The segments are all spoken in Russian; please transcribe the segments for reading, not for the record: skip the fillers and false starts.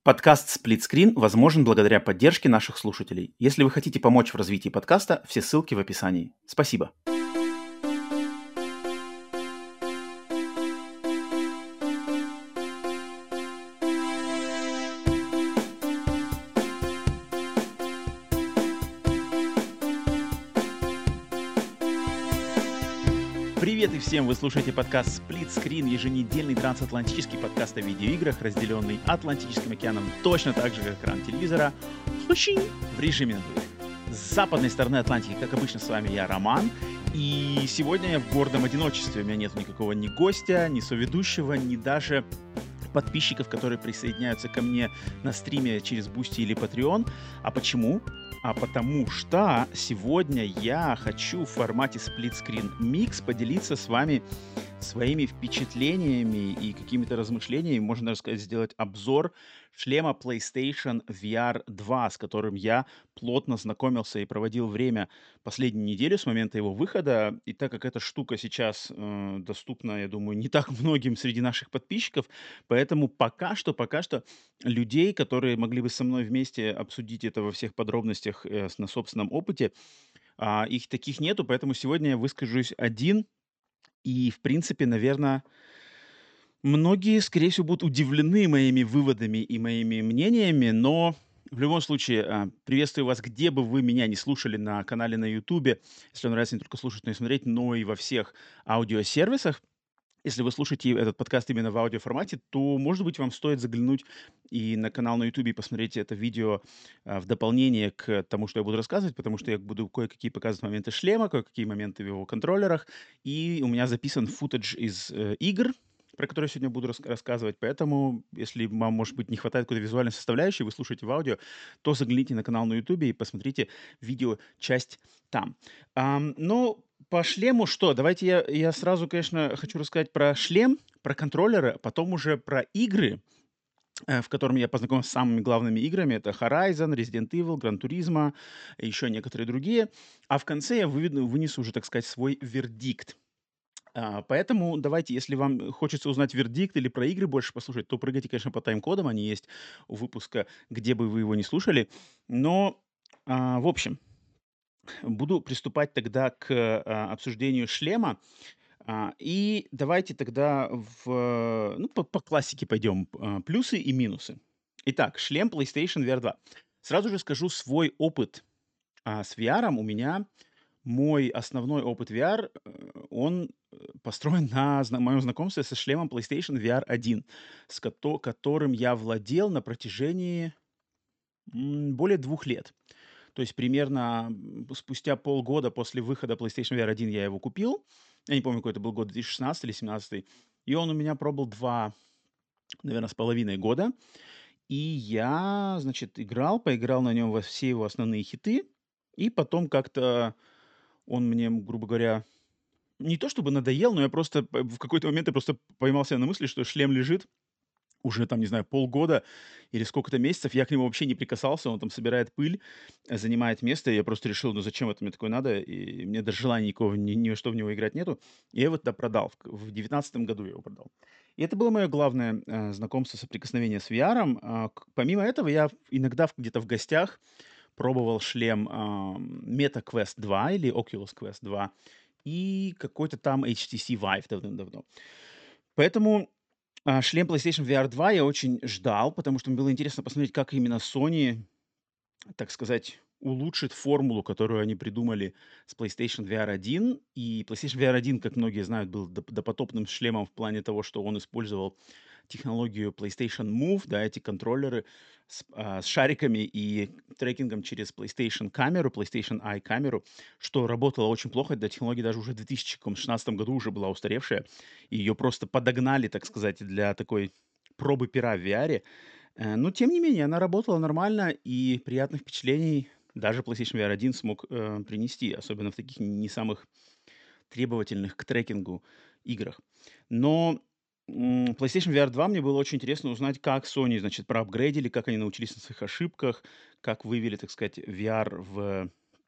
Подкаст «Сплитскрин» возможен благодаря поддержке наших слушателей. Если вы хотите помочь в развитии подкаста, все ссылки в описании. Спасибо. Привет и всем! Вы слушаете подкаст Split Screen, еженедельный трансатлантический подкаст о видеоиграх, разделенный Атлантическим океаном точно так же, как экран телевизора, в режиме на двоих. С западной стороны Атлантики, как обычно, с вами я, Роман. И сегодня я в гордом одиночестве. У меня нет никакого ни гостя, ни соведущего, ни даже подписчиков, которые присоединяются ко мне на стриме через Boosty или Patreon. А почему? А потому что сегодня я хочу в формате Split Screen Mix поделиться с вами своими впечатлениями и какими-то размышлениями, можно даже сказать, сделать обзор шлема PlayStation VR 2, с которым я плотно знакомился и проводил время последнюю неделю с момента его выхода. И так как эта штука сейчас доступна, я думаю, не так многим среди наших подписчиков, поэтому пока что людей, которые могли бы со мной вместе обсудить это во всех подробностях на собственном опыте, их таких нету, поэтому сегодня я выскажусь один. И, в принципе, наверное, многие, скорее всего, будут удивлены моими выводами и моими мнениями, но в любом случае приветствую вас, где бы вы меня не слушали на канале на Ютубе, если вам нравится не только слушать, но и смотреть, но и во всех аудиосервисах. Если вы слушаете этот подкаст именно в аудиоформате, то, может быть, вам стоит заглянуть и на канал на Ютубе и посмотреть это видео в дополнение к тому, что я буду рассказывать, потому что я буду кое-какие показывать моменты шлема, кое-какие моменты в его контроллерах, и у меня записан футаж из игр, про которые я сегодня буду рассказывать. Поэтому, если вам, может быть, не хватает какой-то визуальной составляющей, вы слушаете в аудио, то загляните на канал на Ютубе и посмотрите видео часть там. Но по шлему что? Давайте я сразу, конечно, хочу рассказать про шлем, про контроллеры, а потом уже про игры, в котором я познакомился с самыми главными играми. Это Horizon, Resident Evil, Gran Turismo, еще некоторые другие. А в конце я вынесу уже, так сказать, свой вердикт. Поэтому давайте, если вам хочется узнать вердикт или про игры больше послушать, то прыгайте, конечно, по тайм-кодам. Они есть у выпуска, где бы вы его не слушали. Но, в общем, буду приступать тогда к обсуждению шлема. И давайте тогда ну, по классике пойдем. Плюсы и минусы. Итак, шлем PlayStation VR 2. Сразу же скажу свой опыт с VR. У меня мой основной опыт VR, он построен на моем знакомстве со шлемом PlayStation VR 1, которым я владел на протяжении более 2 лет. То есть примерно спустя полгода после выхода PlayStation VR 1 я его купил. Я не помню, какой это был год, 2016 или 2017. И он у меня пробыл 2, наверное, с половиной года. И я, значит, поиграл на нем во все его основные хиты. И потом как-то он мне, грубо говоря, не то чтобы надоел, но я просто в какой-то момент я просто поймал себя на мысли, что шлем лежит уже там, не знаю, полгода или сколько-то месяцев, я к нему вообще не прикасался, он там собирает пыль, занимает место, и я просто решил, ну зачем это мне такое надо, и мне даже желания никакого ни во что в него играть нету. И я его тогда продал, в 19 году я его продал. И это было мое главное знакомство, соприкосновение с VR. Помимо этого, я иногда где-то в гостях пробовал шлем Meta Quest 2 или Oculus Quest 2 и какой-то там HTC Vive давным-давно. Поэтому шлем PlayStation VR 2 я очень ждал, потому что мне было интересно посмотреть, как именно Sony, так сказать, улучшит формулу, которую они придумали с PlayStation VR 1. И PlayStation VR 1, как многие знают, был допотопным шлемом в плане того, что он использовал технологию PlayStation Move, да, эти контроллеры с шариками и трекингом через PlayStation камеру, PlayStation Eye камеру, что работало очень плохо. Эта технология даже уже в 2016 году уже была устаревшая. И ее просто подогнали, так сказать, для такой пробы пера в VR. Но, тем не менее, она работала нормально, и приятных впечатлений даже PlayStation VR 1 смог принести, особенно в таких не самых требовательных к трекингу играх. Но PlayStation VR 2 мне было очень интересно узнать, как Sony, значит, проапгрейдили, как они научились на своих ошибках, как вывели, так сказать, VR в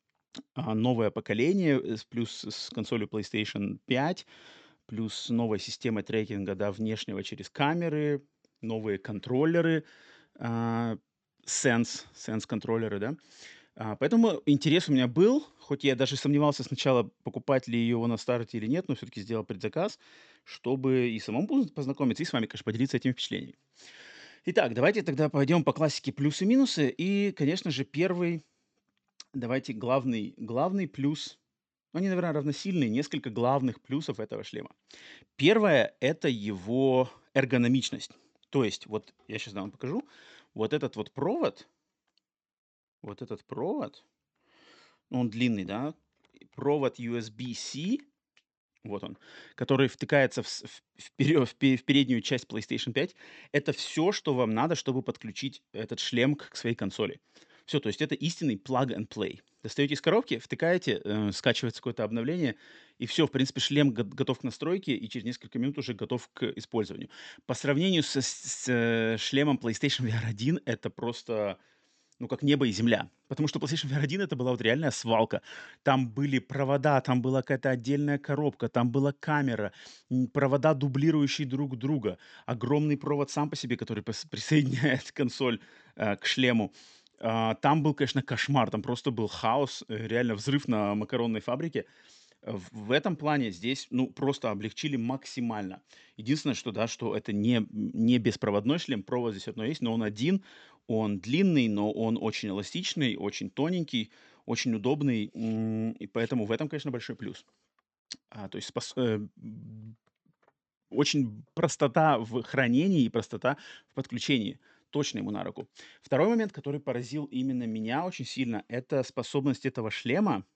новое поколение, плюс с консолью PlayStation 5, плюс новая система трекинга, да, внешнего через камеры, новые контроллеры, а, Sense контроллеры, да. Поэтому интерес у меня был, хоть я даже сомневался сначала, покупать ли его на старте или нет, но все-таки сделал предзаказ, чтобы и самому познакомиться, и с вами, конечно, поделиться этими впечатлениями. Итак, давайте тогда пойдем по классике плюсы-минусы. И, конечно же, первый, давайте главный плюс, ну, они, наверное, равносильные, несколько главных плюсов этого шлема. Первое — это его эргономичность. То есть, вот я сейчас вам покажу, вот этот вот этот провод, ну, он длинный, да, провод USB-C, вот он, который втыкается в переднюю часть PlayStation 5. Это все, что вам надо, чтобы подключить этот шлем к своей консоли. Все, то есть это истинный plug and play. Достаете из коробки, втыкаете, скачивается какое-то обновление, и все, в принципе, шлем готов к настройке, и через несколько минут уже готов к использованию. По сравнению с шлемом PlayStation VR 1, это просто, ну, как небо и земля. Потому что PlayStation VR 1 это была вот реальная свалка. Там были провода, там была какая-то отдельная коробка, там была камера, провода, дублирующие друг друга, огромный провод сам по себе, который присоединяет консоль к шлему. Там был, конечно, кошмар, там просто был хаос, реально взрыв на макаронной фабрике. В этом плане здесь, ну, просто облегчили максимально. Единственное, что, да, что это не беспроводной шлем, провод здесь одно есть, но он один, он длинный, но он очень эластичный, очень тоненький, очень удобный, и поэтому в этом, конечно, большой плюс. То есть очень простота в хранении и простота в подключении. Точно ему на руку. Второй момент, который поразил именно меня очень сильно, это способность этого шлема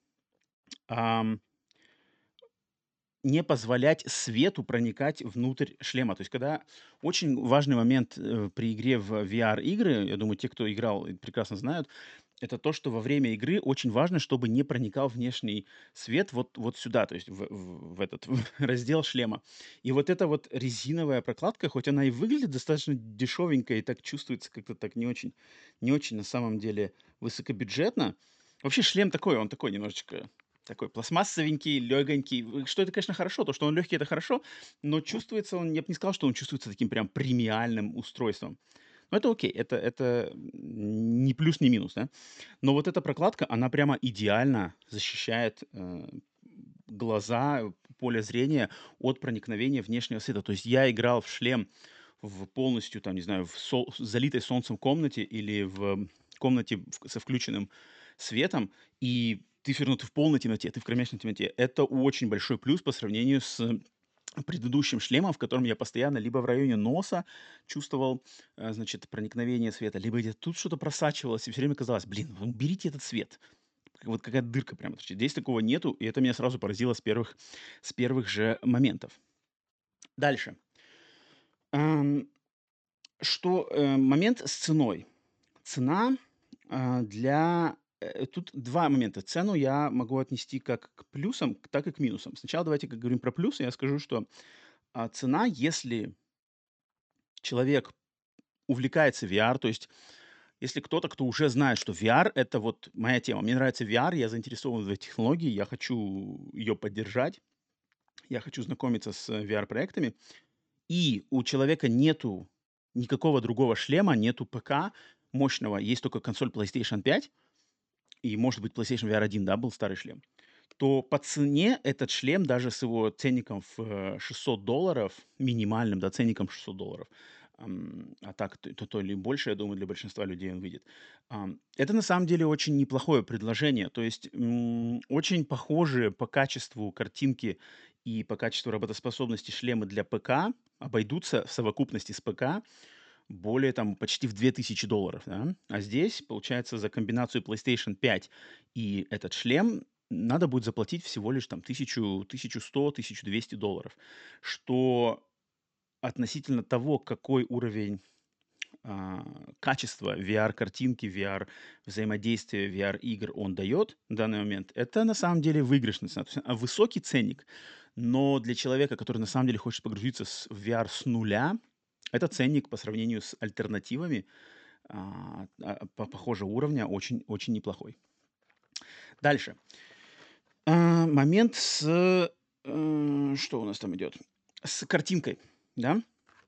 не позволять свету проникать внутрь шлема. То есть, когда очень важный момент при игре в VR-игры, я думаю, те, кто играл, прекрасно знают, это то, что во время игры очень важно, чтобы не проникал внешний свет вот сюда, то есть в этот раздел шлема. И вот эта вот резиновая прокладка, хоть она и выглядит достаточно дешевенько и так чувствуется как-то так не очень на самом деле высокобюджетно. Вообще шлем такой, он такой немножечко такой пластмассовенький, легонький. Что это, конечно, хорошо. То, что он легкий, это хорошо, но чувствуется он, я бы не сказал, что он чувствуется таким прям премиальным устройством. Но это окей, это ни плюс, ни минус, да. Но вот эта прокладка, она прямо идеально защищает глаза, поле зрения от проникновения внешнего света. То есть я играл в шлем в полностью, там, не знаю, залитой солнцем комнате или в комнате со включенным светом, и ты все равно ты в полной темноте, ты в кромешной темноте. Это очень большой плюс по сравнению с предыдущим шлемом, в котором я постоянно либо в районе носа чувствовал, значит, проникновение света, либо где-то тут что-то просачивалось, и все время казалось, блин, ну уберите этот свет. Вот какая-то дырка прямо торчит. Здесь такого нету, и это меня сразу поразило с первых же моментов. Дальше. Ам, момент с ценой. Цена, тут 2 момента. Цену я могу отнести как к плюсам, так и к минусам. Сначала давайте, как говорим про плюсы, я скажу, что, цена, если человек увлекается VR, то есть если кто-то, кто уже знает, что VR — это вот моя тема. Мне нравится VR, я заинтересован в этой технологии, я хочу ее поддержать, я хочу знакомиться с VR-проектами, и у человека нету никакого другого шлема, нету ПК мощного, есть только консоль PlayStation 5 и, может быть, PlayStation VR 1, да, был старый шлем, то по цене этот шлем, даже с его ценником в $600, минимальным, да, ценником $600, а так то ли больше, я думаю, для большинства людей он выйдет. Это на самом деле очень неплохое предложение. То есть очень похожие по качеству картинки и по качеству работоспособности шлемы для ПК обойдутся в совокупности с ПК более там почти в $2000, да. А здесь, получается, за комбинацию PlayStation 5 и этот шлем надо будет заплатить всего лишь там 1100-1200 долларов, что относительно того, какой уровень качества VR-картинки, VR-взаимодействия, VR-игр он дает в данный момент, это на самом деле выигрышная цена. То есть, высокий ценник, но для человека, который на самом деле хочет погрузиться в VR с нуля, это ценник по сравнению с альтернативами похожего уровня очень, очень неплохой. Дальше. Момент что у нас там идет? С картинкой, да?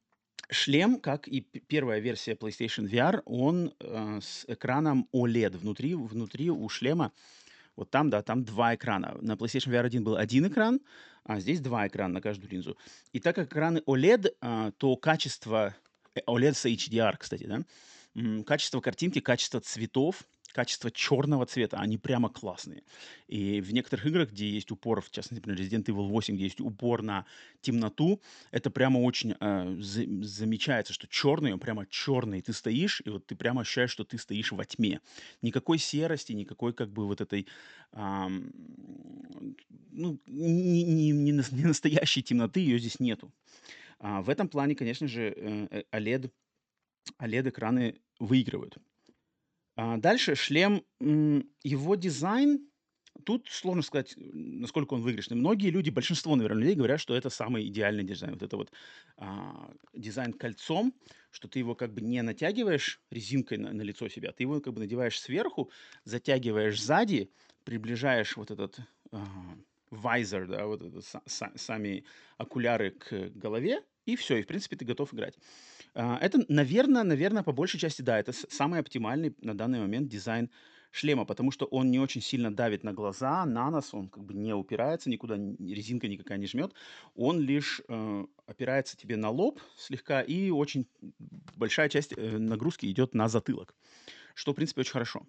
Шлем, как и первая версия PlayStation VR, он с экраном OLED. Внутри у шлема, вот там, да, там два экрана. На PlayStation VR 1 был один экран, а здесь два экрана на каждую линзу. И так как экраны OLED, то качество... OLED с HDR, кстати, да? Качество картинки, качество цветов, качество черного цвета, они прямо классные. И в некоторых играх, где есть упор, в частности, например, Resident Evil 8, где есть упор на темноту, это прямо очень замечается, что черный, он прямо черный. Ты стоишь, и вот ты прямо ощущаешь, что ты стоишь во тьме. Никакой серости, никакой как бы вот этой, ам, ну, не настоящей темноты, ее здесь нету. В этом плане, конечно же, OLED-экраны выигрывают. Дальше шлем, его дизайн, тут сложно сказать, насколько он выигрышный. Многие люди, большинство, наверное, людей говорят, что это самый идеальный дизайн. Вот это вот дизайн кольцом, что ты его как бы не натягиваешь резинкой на лицо себя, ты его как бы надеваешь сверху, затягиваешь сзади, приближаешь вот этот а, вайзер, да, вот это сами окуляры к голове, и все, и в принципе ты готов играть. Это, наверное, по большей части, да, это самый оптимальный на данный момент дизайн шлема, потому что он не очень сильно давит на глаза, на нос, он как бы не упирается никуда, резинка никакая не жмет, он лишь опирается тебе на лоб слегка, и очень большая часть нагрузки идет на затылок, что, в принципе, очень хорошо.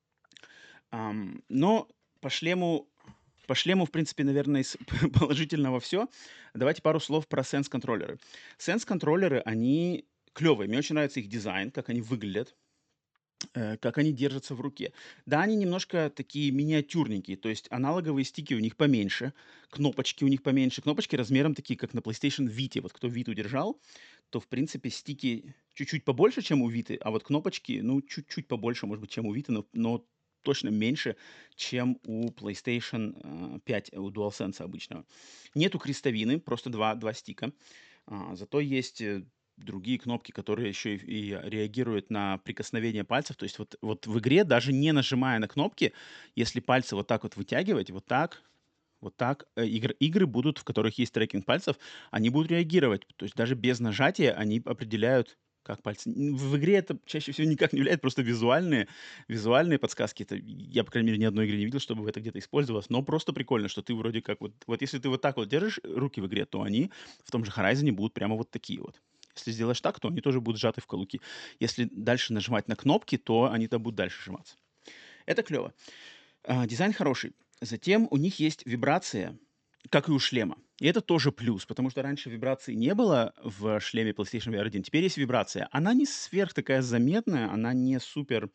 Но по шлему, в принципе, наверное, из положительного все. Давайте пару слов про Sense-контроллеры. Sense-контроллеры, они клевые. Мне очень нравится их дизайн, как они выглядят, как они держатся в руке. Да, они немножко такие миниатюрненькие, то есть аналоговые стики у них поменьше, кнопочки у них поменьше. Кнопочки размером такие, как на PlayStation Vita. Вот кто Vita держал, то, в принципе, стики чуть-чуть побольше, чем у Vita, а вот кнопочки, ну, чуть-чуть побольше, может быть, чем у Vita, но точно меньше, чем у PlayStation 5, у DualSense обычного. Нету крестовины, просто два стика. Зато есть другие кнопки, которые еще и реагируют на прикосновение пальцев. То есть вот в игре, даже не нажимая на кнопки, если пальцы вот так вот вытягивать, вот так, игры будут, в которых есть трекинг пальцев, они будут реагировать. То есть даже без нажатия они определяют, как пальцы. В игре это чаще всего никак не влияет, просто визуальные подсказки. Это, я, по крайней мере, ни одной игры не видел, чтобы это где-то использовалось. Но просто прикольно, что ты вроде как вот если ты вот так вот держишь руки в игре, то они в том же Horizon будут прямо вот такие вот. Если сделаешь так, то они тоже будут сжаты в кулаки. Если дальше нажимать на кнопки, то они-то будут дальше сжиматься. Это клево. Дизайн хороший. Затем у них есть вибрация, как и у шлема. И это тоже плюс, потому что раньше вибрации не было в шлеме PlayStation VR 1. Теперь есть вибрация. Она не сверх такая заметная, она не супер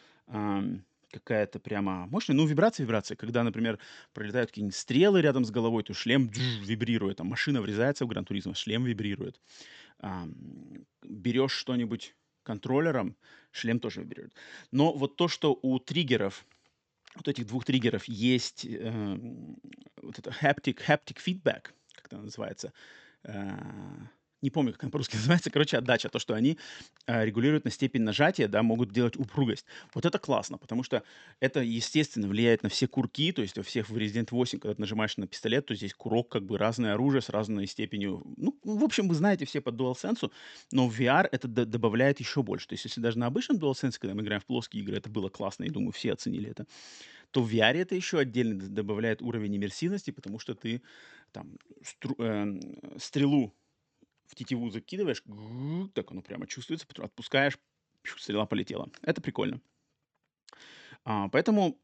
какая-то прямо мощная. Ну, вибрация. Когда, например, пролетают какие-нибудь стрелы рядом с головой, то шлем вибрирует. Там машина врезается в Гран Туризмо, шлем вибрирует. Берешь что-нибудь контроллером, шлем тоже вибрирует. Но вот то, что у триггеров, вот этих двух триггеров есть вот это haptic feedback, как это называется, э, не помню, как она по-русски называется, короче, отдача, то, что они регулируют на степень нажатия, да, могут делать упругость. Вот это классно, потому что это, естественно, влияет на все курки, то есть у всех в Resident 8, когда ты нажимаешь на пистолет, то здесь курок как бы разное оружие с разной степенью. Ну, в общем, вы знаете все по DualSense, но в VR это добавляет еще больше. То есть если даже на обычном DualSense, когда мы играем в плоские игры, это было классно, и думаю, все оценили это, то в VR это еще отдельно добавляет уровень иммерсивности, потому что ты там стрелу в тетиву закидываешь, так оно прямо чувствуется, потом отпускаешь, стрела полетела. Это прикольно. Поэтому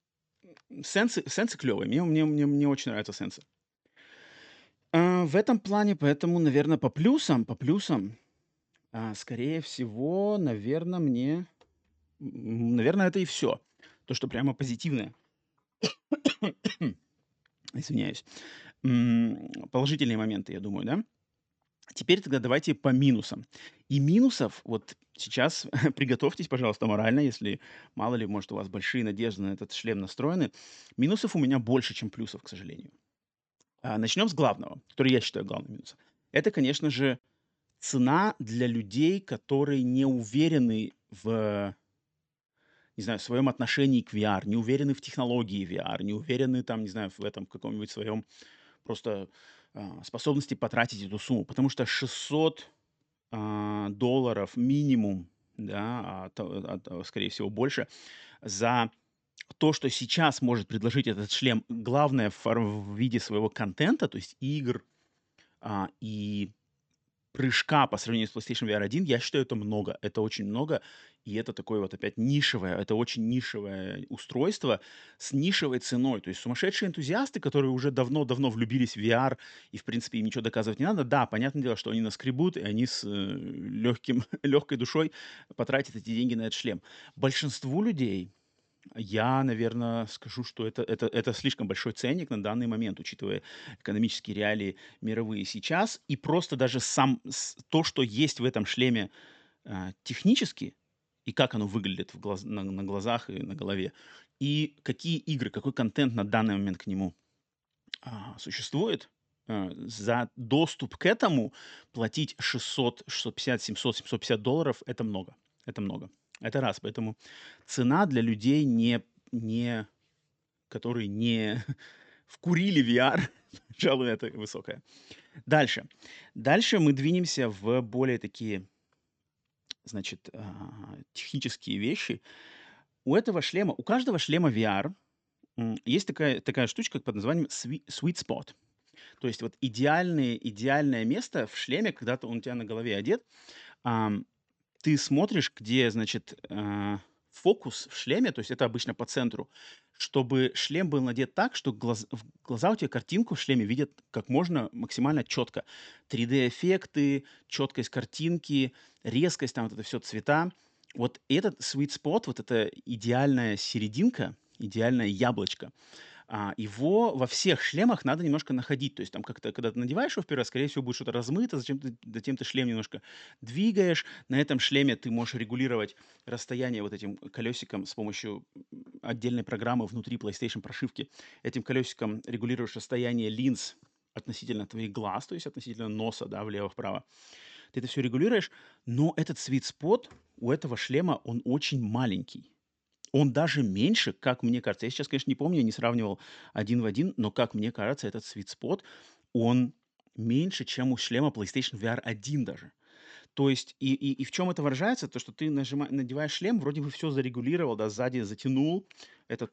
сенсы клевые. Мне очень нравятся сенсы. В этом плане, поэтому, наверное, по плюсам, скорее всего, наверное, это и все. То, что прямо позитивное. Извиняюсь. Положительные моменты, я думаю, да? Теперь тогда давайте по минусам. И минусов, вот сейчас приготовьтесь, пожалуйста, морально, если, мало ли, может, у вас большие надежды на этот шлем настроены. Минусов у меня больше, чем плюсов, к сожалению. Начнем с главного, который я считаю главным минусом. Это, конечно же, цена для людей, которые не уверены в, не знаю, в своем отношении к VR, не уверены в технологии VR, не уверены там, не знаю, в этом каком-нибудь своем просто способности потратить эту сумму. Потому что 600 долларов минимум, да, скорее всего, больше, за то, что сейчас может предложить этот шлем, главное в виде своего контента, то есть игр, и прыжка по сравнению с PlayStation VR 1, я считаю, это много. Это очень много. И это такое вот опять нишевое, это очень нишевое устройство с нишевой ценой. То есть сумасшедшие энтузиасты, которые уже давно-давно влюбились в VR, и, в принципе, им ничего доказывать не надо. Да, понятное дело, что они наскребут, и они с легкой душой потратят эти деньги на этот шлем. Большинству людей я, наверное, скажу, что это слишком большой ценник на данный момент, учитывая экономические реалии мировые сейчас. И просто даже то, что есть в этом шлеме технически, и как оно выглядит на глазах и на голове, и какие игры, какой контент на данный момент к нему существует, за доступ к этому платить 600, 650, 700, 750 долларов — это много. Это много. Это раз. Поэтому цена для людей, которые не вкурили VR, пожалуй, это высокая. Дальше. Дальше мы двинемся в более такие, значит, технические вещи. У каждого шлема VR есть такая штучка под названием sweet spot. То есть вот идеальное место в шлеме, когда он у тебя на голове одет. ам, Ты смотришь, где, значит, фокус в шлеме, то есть это обычно по центру, чтобы шлем был надет так, что в глаза у тебя картинку в шлеме видят как можно максимально четко. 3D-эффекты, четкость картинки, резкость, там вот это все цвета. Вот этот sweet spot, вот эта идеальная серединка, идеальное яблочко, его во всех шлемах надо немножко находить. То есть там как-то, когда ты надеваешь его в первый раз, скорее всего, будет что-то размыто, затем ты шлем немножко двигаешь. На этом шлеме ты можешь регулировать расстояние вот этим колесиком с помощью отдельной программы внутри PlayStation прошивки. Этим колесиком регулируешь расстояние линз относительно твоих глаз, то есть относительно носа, да, влево-вправо. Ты это все регулируешь, но этот sweet spot у этого шлема, он очень маленький. Он даже меньше, как мне кажется. Я сейчас, конечно, не помню, я не сравнивал один в один, но, как мне кажется, этот sweet spot, он меньше, чем у шлема PlayStation VR 1 даже. То есть и в чем это выражается? То, что ты надеваешь шлем, вроде бы все зарегулировал, да, сзади затянул этот,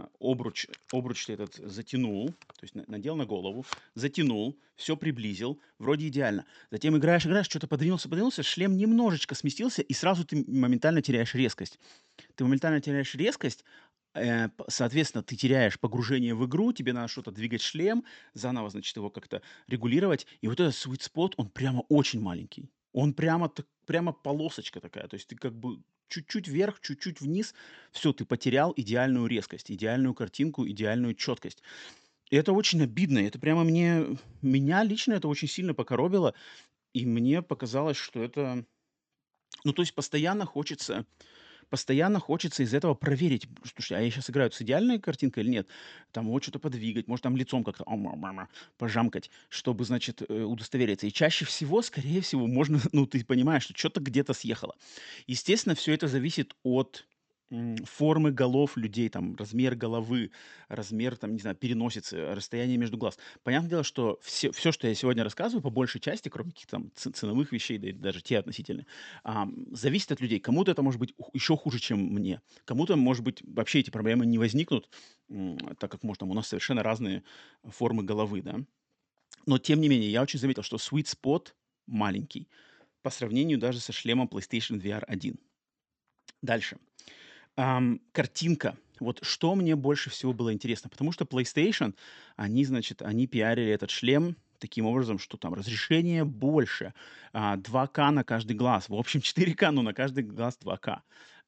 обруч ты этот затянул, то есть надел на голову, затянул, все приблизил, вроде идеально. Затем играешь, что то подвинулся, шлем немножечко сместился, и сразу ты моментально теряешь резкость. Ты моментально теряешь резкость, соответственно, ты теряешь погружение в игру, тебе надо что-то двигать шлем, заново, значит, его как-то регулировать. И вот этот sweet spot, он прямо очень маленький. Он прямо полосочка такая. То есть ты как бы чуть-чуть вверх, чуть-чуть вниз. Все, ты потерял идеальную резкость, идеальную картинку, идеальную четкость. И это очень обидно. Это прямо меня лично это очень сильно покоробило. И мне показалось, что это... Ну, то есть постоянно хочется из этого проверить. Слушай, а я сейчас играю с идеальной картинкой или нет? Там вот что-то подвигать, может, там лицом как-то пожамкать, чтобы, значит, удостовериться. И чаще всего, скорее всего, можно, ну, ты понимаешь, что что-то где-то съехало. Естественно, все это зависит от формы голов людей, там, размер головы, размер, там, не знаю, переносицы, расстояние между глаз. Понятное дело, что все, что я сегодня рассказываю, по большей части, кроме каких-то там ценовых вещей, да и даже те относительно, зависит от людей. Кому-то это может быть еще хуже, чем мне. Кому-то, может быть, вообще эти проблемы не возникнут, так как, может, там у нас совершенно разные формы головы, да. Но, тем не менее, я очень заметил, что sweet spot маленький по сравнению даже со шлемом PlayStation VR 1. Дальше. Картинка. Вот что мне больше всего было интересно, потому что PlayStation, значит, они пиарили этот шлем таким образом, что там разрешение больше, 2К на каждый глаз, в общем 4К, но на каждый глаз 2К.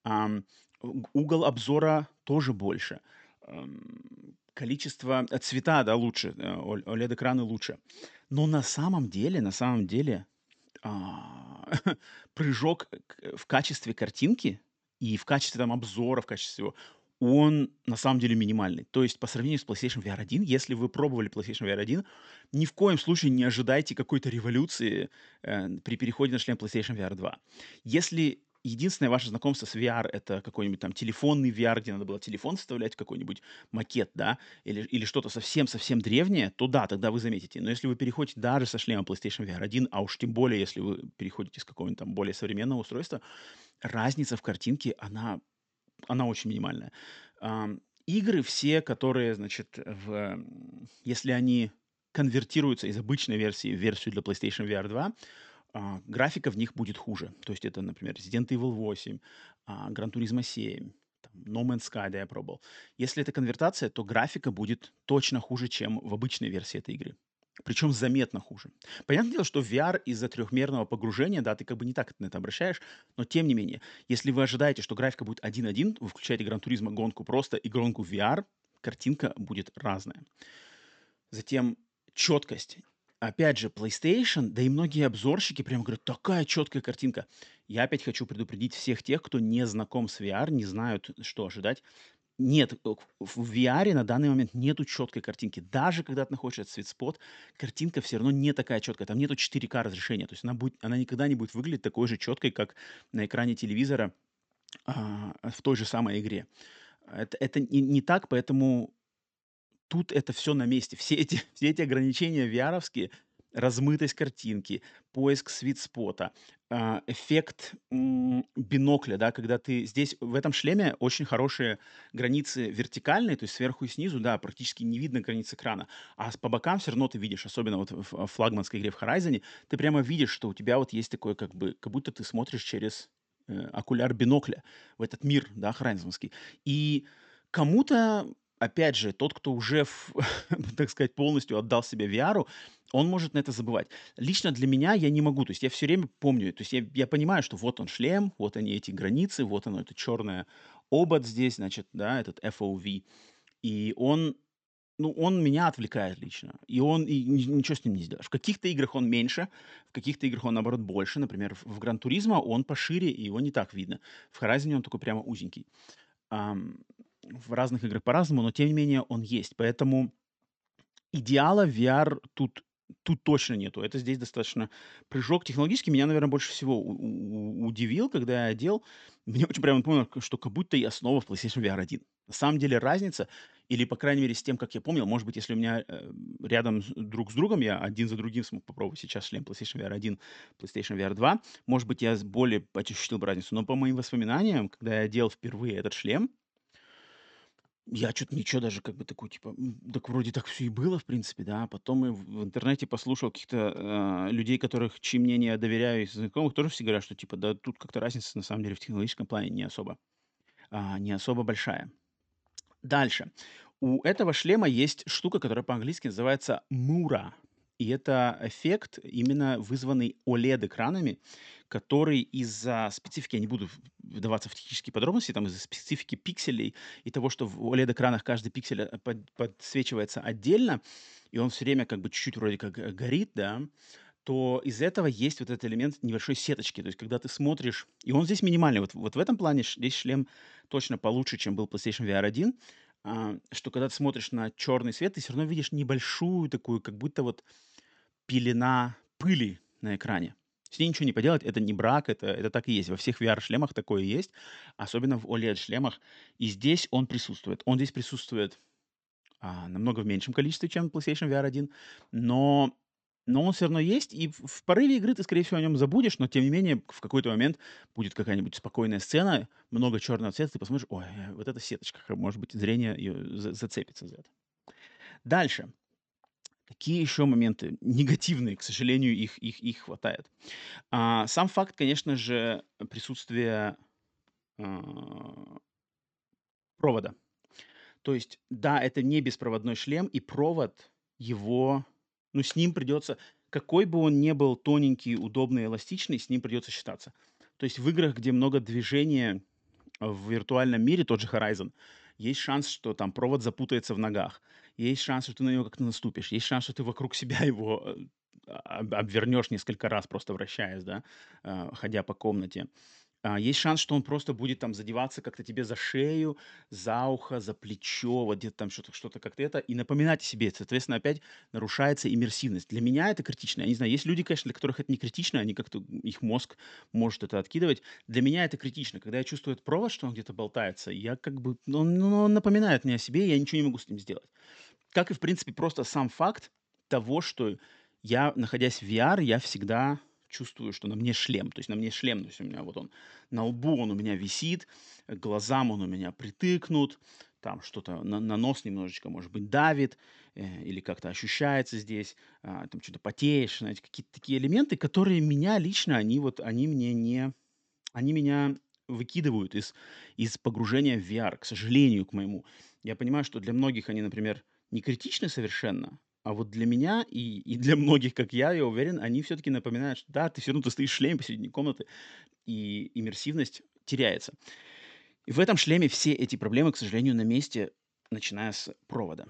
Угол обзора тоже больше. Количество цвета, да, лучше, OLED-экраны лучше. Но на самом деле, а, прыжок в качестве картинки и в качестве там обзора, в качестве всего, он на самом деле минимальный. То есть по сравнению с PlayStation VR 1, если вы пробовали PlayStation VR 1, ни в коем случае не ожидайте какой-то революции при переходе на шлем PlayStation VR 2. Если единственное ваше знакомство с VR — это какой-нибудь там телефонный VR, где надо было телефон вставлять в какой-нибудь макет, да, или что-то совсем-совсем древнее, то да, тогда вы заметите. Но если вы переходите даже со шлема PlayStation VR 1, а уж тем более, если вы переходите с какого-нибудь там более современного устройства, разница в картинке, она очень минимальная. Игры все, которые, значит, если они конвертируются из обычной версии в версию для PlayStation VR 2, графика в них будет хуже. То есть это, например, Resident Evil 8, Gran Turismo 7, там, No Man's Sky, да, я пробовал. Если это конвертация, то графика будет точно хуже, чем в обычной версии этой игры. Причем заметно хуже. Понятное дело, что VR из-за трехмерного погружения, да, ты как бы не так на это обращаешь, но тем не менее, если вы ожидаете, что графика будет 1:1, вы включаете Gran Turismo гонку просто и гонку в VR, картинка будет разная. Затем четкость. Опять же, PlayStation, да и многие обзорщики прямо говорят, такая четкая картинка. Я опять хочу предупредить всех тех, кто не знаком с VR, не знают, что ожидать. Нет, в VR на данный момент нету четкой картинки. Даже когда ты находишь этот sweet spot, картинка все равно не такая четкая. Там нету 4К разрешения. То есть она никогда не будет выглядеть такой же четкой, как на экране телевизора в той же самой игре. Это не так, поэтому тут это все на месте. Все эти ограничения VR-овские, размытость картинки, поиск свит-спота, эффект, бинокля, да, когда ты здесь, в этом шлеме очень хорошие границы вертикальные, то есть сверху и снизу, да, практически не видно границ экрана, по бокам все равно ты видишь, особенно вот в флагманской игре в Horizon, ты прямо видишь, что у тебя вот есть такое как бы, как будто ты смотришь через, окуляр бинокля в этот мир, да, хорайзонский. И кому-то, опять же, тот, кто уже, так сказать, полностью отдал себя VR, он может на это забывать. Лично для меня я не могу. То есть я все время помню. То есть я понимаю, что вот он шлем, вот они эти границы, вот оно, это черное обод здесь, значит, да, этот FOV. И он, ну, он меня отвлекает лично. Ничего с ним не сделаешь. В каких-то играх он меньше, в каких-то играх он, наоборот, больше. Например, в Гран Туризмо он пошире, и его не так видно. В Horizon он такой прямо узенький. Ам, в разных играх по-разному, но тем не менее он есть. Поэтому идеала VR тут точно нету. Это здесь достаточно прыжок технологический. Меня, наверное, больше всего удивил, когда я одел. Мне очень прямо напомнило, что как будто я снова в PlayStation VR 1. На самом деле разница, или, по крайней мере, с тем, как я помнил, может быть, если у меня рядом друг с другом, я один за другим смог попробовать сейчас шлем PlayStation VR 1, PlayStation VR 2, может быть, я более ощутил бы разницу. Но по моим воспоминаниям, когда я одел впервые этот шлем, я чё то ничего даже как бы такой, типа, так вроде так все и было, в принципе, да. Потом и в интернете послушал каких-то, людей, чьи мнения я доверяю, из знакомых, тоже все говорят, что типа, да тут как-то разница на самом деле в технологическом плане не особо большая. Дальше. У этого шлема есть штука, которая по-английски называется Mura. И это эффект, именно вызванный OLED-экранами, который из-за специфики, я не буду вдаваться в технические подробности, там из-за специфики пикселей и того, что в OLED-экранах каждый пиксель подсвечивается отдельно, и он все время как бы чуть-чуть вроде как горит, да, то из этого есть вот этот элемент небольшой сеточки. То есть, когда ты смотришь, и он здесь минимальный. Вот в этом плане здесь шлем точно получше, чем был PlayStation VR 1, что когда ты смотришь на черный свет, ты все равно видишь небольшую такую, как будто вот пелена пыли на экране. С ней ничего не поделать, это не брак, это так и есть. Во всех VR-шлемах такое есть, особенно в OLED-шлемах. И здесь он присутствует. Он здесь присутствует намного в меньшем количестве, чем PlayStation VR 1, но он все равно есть, и в порыве игры ты, скорее всего, о нем забудешь, но тем не менее в какой-то момент будет какая-нибудь спокойная сцена, много черного цвета, ты посмотришь: "Ой, вот эта сеточка", может быть, зрение её зацепится за это. Дальше. Какие еще моменты негативные, к сожалению, их хватает. Сам факт, конечно же, присутствия, а, провода. То есть, да, это не беспроводной шлем, и провод его, ну, с ним придется, какой бы он ни был тоненький, удобный, эластичный, с ним придется считаться. То есть в играх, где много движения в виртуальном мире, тот же Horizon, есть шанс, что там провод запутается в ногах, есть шанс, что ты на него как-то наступишь, есть шанс, что ты вокруг себя его обвернешь несколько раз, просто вращаясь, да, ходя по комнате. есть шанс, что он просто будет там задеваться как-то тебе за шею, за ухо, за плечо, вот где-то там что-то как-то это, и напоминать о себе. Соответственно, опять нарушается иммерсивность. Для меня это критично. Я не знаю, есть люди, конечно, для которых это не критично, они как-то, их мозг может это откидывать. Для меня это критично. Когда я чувствую этот провод, что он где-то болтается, я как бы, он напоминает мне о себе, и я ничего не могу с этим сделать. Как и, в принципе, просто сам факт того, что я, находясь в VR, я всегда чувствую, что на мне шлем. То есть на мне шлем, то есть у меня вот он на лбу он у меня висит, к глазам он у меня притыкнут, там что-то на нос немножечко, может быть, давит, или как-то ощущается здесь, там что-то потеешь, знаете, какие-то такие элементы, которые меня лично, они вот, они мне не, они меня выкидывают из погружения в VR, к сожалению, к моему. Я понимаю, что для многих они, например, не критичны совершенно, а вот для меня и для многих, как я уверен, они все-таки напоминают, что да, ты все равно ты стоишь в шлеме посередине комнаты, и иммерсивность теряется. И в этом шлеме все эти проблемы, к сожалению, на месте, начиная с провода.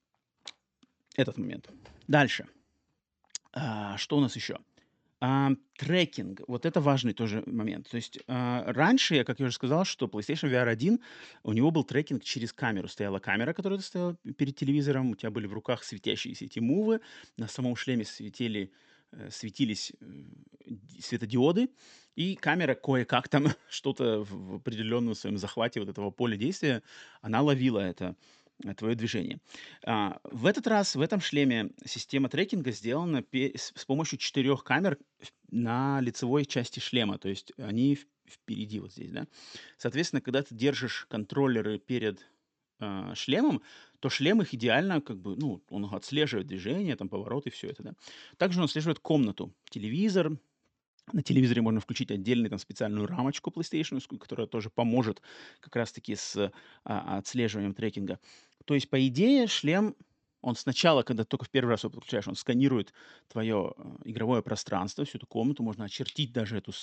Этот момент. Дальше. Что у нас еще? Трекинг. Вот это важный тоже момент. То есть, раньше я, как я уже сказал, что PlayStation VR 1, у него был трекинг через камеру. Стояла камера, которая стояла перед телевизором, у тебя были в руках светящиеся эти мувы, на самом шлеме светились светодиоды, и камера кое-как там что-то в определенном своем захвате вот этого поля действия, она ловила это твое движение. В этот раз, в этом шлеме система трекинга сделана с помощью 4 камер на лицевой части шлема, то есть они впереди вот здесь, да. Соответственно, когда ты держишь контроллеры перед шлемом, то шлем их идеально, как бы, ну, он отслеживает движение, там, повороты, все это, да. Также он отслеживает комнату, телевизор. На телевизоре можно включить отдельную там специальную рамочку PlayStation, которая тоже поможет как раз-таки с отслеживанием трекинга. То есть, по идее, шлем, он сначала, когда только в первый раз его подключаешь, он сканирует твое игровое пространство, всю эту комнату, можно очертить даже эту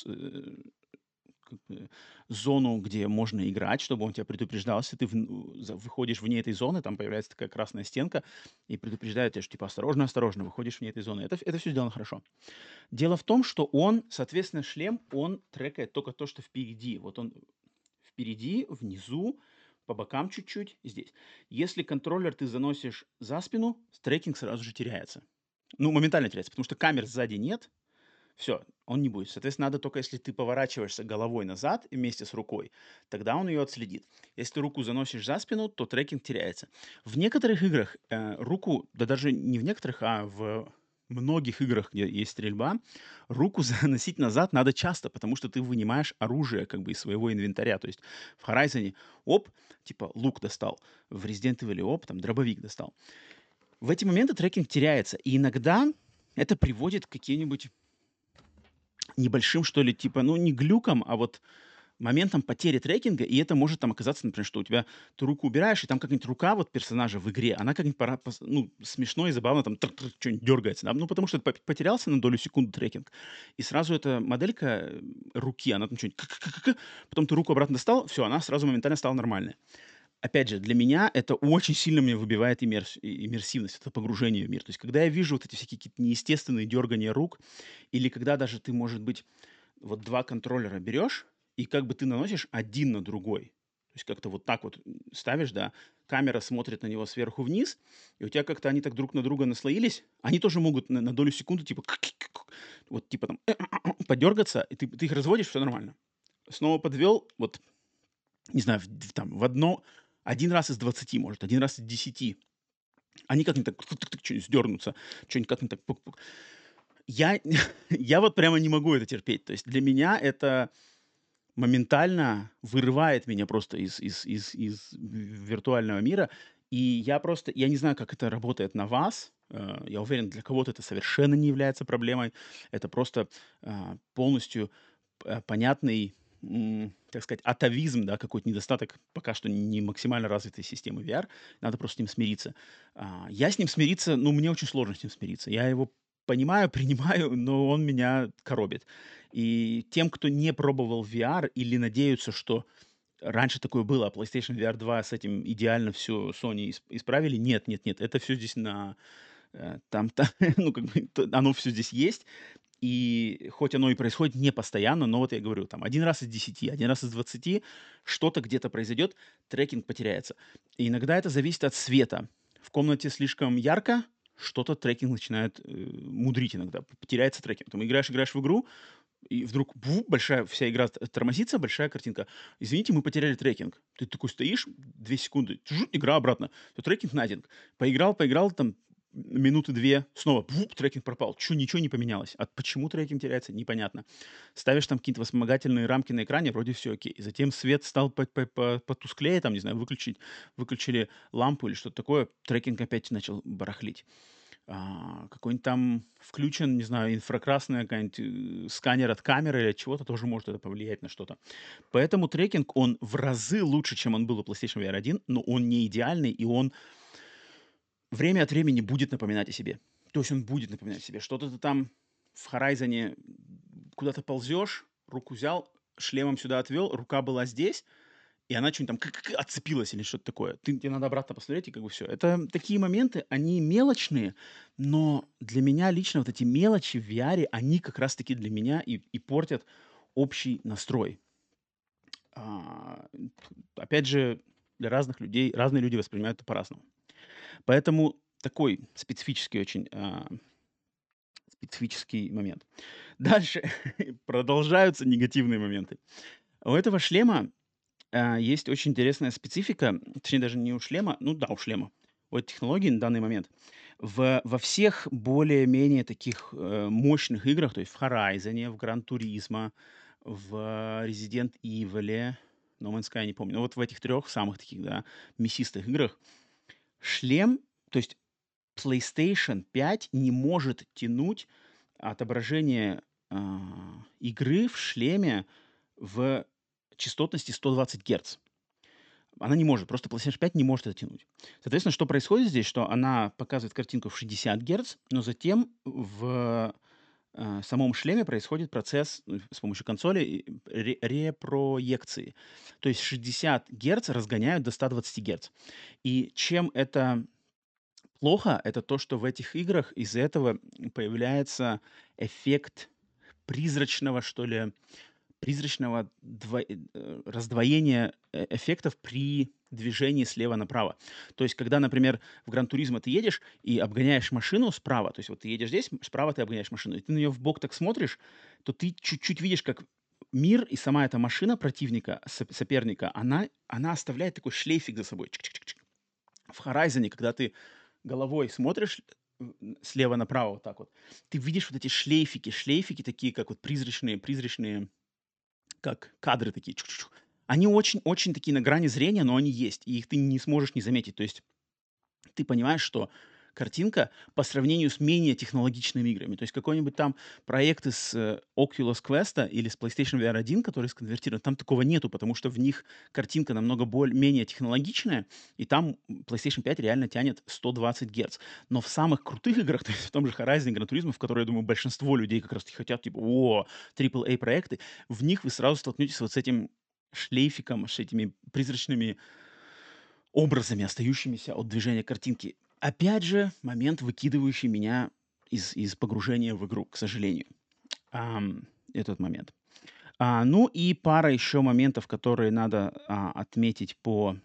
как бы зону, где можно играть, чтобы он тебя предупреждал. Если ты выходишь вне этой зоны, там появляется такая красная стенка и предупреждает тебя, что типа осторожно, осторожно, выходишь вне этой зоны. Это все сделано хорошо. Дело в том, что он, соответственно, шлем, он трекает только то, что впереди. Вот он впереди, внизу, по бокам чуть-чуть, здесь. Если контроллер ты заносишь за спину, трекинг сразу же теряется. Ну, моментально теряется, потому что камер сзади нет, все, он не будет. Соответственно, надо только, если ты поворачиваешься головой назад вместе с рукой, тогда он ее отследит. Если ты руку заносишь за спину, то трекинг теряется. В некоторых играх руку, да даже не в некоторых, а в многих играх, где есть стрельба, руку заносить назад надо часто, потому что ты вынимаешь оружие как бы из своего инвентаря. То есть в Horizon, оп, типа лук достал, в Resident Evil, оп, там дробовик достал. В эти моменты трекинг теряется, и иногда это приводит к каким-нибудь небольшим, что ли, типа, ну, не глюком, а вот моментом потери трекинга, и это может там оказаться, например, что у тебя ты руку убираешь, и там как-нибудь рука вот персонажа в игре, она как-нибудь ну, смешно и забавно там что-нибудь дергается, да? Ну, потому что потерялся на долю секунды трекинг, и сразу эта моделька руки, она там что-нибудь, потом ты руку обратно достал, все, она сразу моментально стала нормальной. Опять же, для меня это очень сильно мне выбивает иммерсивность, это погружение в мир. То есть, когда я вижу вот эти всякие какие-то неестественные дергания рук, или когда даже ты, может быть, вот 2 контроллера берешь, и как бы ты наносишь один на другой. То есть как-то вот так вот ставишь, да, камера смотрит на него сверху вниз, и у тебя как-то они так друг на друга наслоились, они тоже могут на долю секунды типа вот типа там подергаться, и ты их разводишь, все нормально. Снова подвел, вот, не знаю, там в одно, один раз из 20, может, один раз из 10. Они как-нибудь так что-нибудь сдернутся, что-нибудь как-нибудь так пук-пук. Я, я вот прямо не могу это терпеть. То есть для меня это моментально вырывает меня просто из виртуального мира. И я просто, я не знаю, как это работает на вас. Я уверен, для кого-то это совершенно не является проблемой. Это просто полностью понятный, так сказать, атовизм, да, какой-то недостаток пока что не максимально развитой системы VR. Надо просто с ним смириться. Я с ним смириться, ну, мне очень сложно с ним смириться. Я его понимаю, принимаю, но он меня коробит. И тем, кто не пробовал VR или надеются, что раньше такое было, а PlayStation VR 2 с этим идеально все Sony исправили, нет, это все здесь на... там, ну, как бы, оно все здесь есть, И хоть оно и происходит не постоянно, но вот я говорю, там один раз из 10, один раз из 20 что-то где-то произойдет, трекинг потеряется. И иногда это зависит от света. В комнате слишком ярко, что-то трекинг начинает мудрить иногда, теряется трекинг. Там играешь в игру, и вдруг большая вся игра тормозится, большая картинка. Извините, мы потеряли трекинг. Ты такой стоишь 2 секунды, игра обратно. То трекинг найден. Поиграл, там минуты 2, снова трекинг пропал. Чё, ничего не поменялось. А почему трекинг теряется, непонятно. Ставишь там какие-то вспомогательные рамки на экране, вроде все окей. Затем свет стал потусклее, там, не знаю, выключили лампу или что-то такое, трекинг опять начал барахлить. Какой-нибудь там включен, не знаю, инфракрасный какой-нибудь сканер от камеры или от чего-то, тоже может это повлиять на что-то. Поэтому трекинг, он в разы лучше, чем он был у PlayStation VR 1, но он не идеальный, и он время от времени будет напоминать о себе. То есть он будет напоминать о себе. Что-то ты там в Horizon куда-то ползешь, руку взял, шлемом сюда отвел, рука была здесь, и она что-нибудь там отцепилась или что-то такое. Тебе надо обратно посмотреть, и как бы все. Это такие моменты, они мелочные, но для меня лично вот эти мелочи в VR, они как раз-таки для меня и портят общий настрой. А, Опять же, для разных людей, разные люди воспринимают это по-разному. Поэтому такой специфический очень специфический момент. Дальше продолжаются негативные моменты. У этого шлема есть очень интересная специфика, точнее даже не у шлема, ну да, у шлема, у этой технологии на данный момент. Во всех более-менее таких мощных играх, то есть в Horizon, в Gran Turismo, в Resident Evil, No Man's Sky, не помню, но вот в этих трех самых таких, да, мясистых играх шлем, то есть PlayStation 5 не может тянуть отображение игры в шлеме в частотности 120 Гц. Она не может, просто PlayStation 5 не может это тянуть. Соответственно, что происходит здесь, что она показывает картинку в 60 Гц, но затем в самом шлеме происходит процесс с помощью консоли репроекции. То есть 60 Гц разгоняют до 120 Гц. И чем это плохо, это то, что в этих играх из-за этого появляется эффект призрачного, что ли, раздвоения эффектов при движении слева направо. То есть, когда, например, в Гран-туризмо ты едешь и обгоняешь машину справа, то есть вот ты едешь здесь, справа ты обгоняешь машину, и ты на нее в бок так смотришь, то ты чуть-чуть видишь, как мир и сама эта машина противника, соперника, она оставляет такой шлейфик за собой. Чик-чик-чик-чик. В Horizon, когда ты головой смотришь слева направо вот так вот, ты видишь вот эти шлейфики такие, как вот призрачные как кадры такие. Чук-чук-чук. Они очень такие на грани зрения, но они есть, и их ты не сможешь не заметить. То есть ты понимаешь, что картинка по сравнению с менее технологичными играми. То есть какой-нибудь там проект из Oculus Quest или с PlayStation VR 1, который сконвертирован, там такого нету, потому что в них картинка намного менее технологичная, и там PlayStation 5 реально тянет 120 Гц. Но в самых крутых играх, то есть в том же Horizon, Gran Turismo, в которые, я думаю, большинство людей как раз хотят, типа, AAA проекты, в них вы сразу столкнетесь вот с этим шлейфиком, с этими призрачными образами, остающимися от движения картинки. Опять же, момент, выкидывающий меня из погружения в игру, к сожалению. Этот момент. Ну и пара еще моментов, которые надо отметить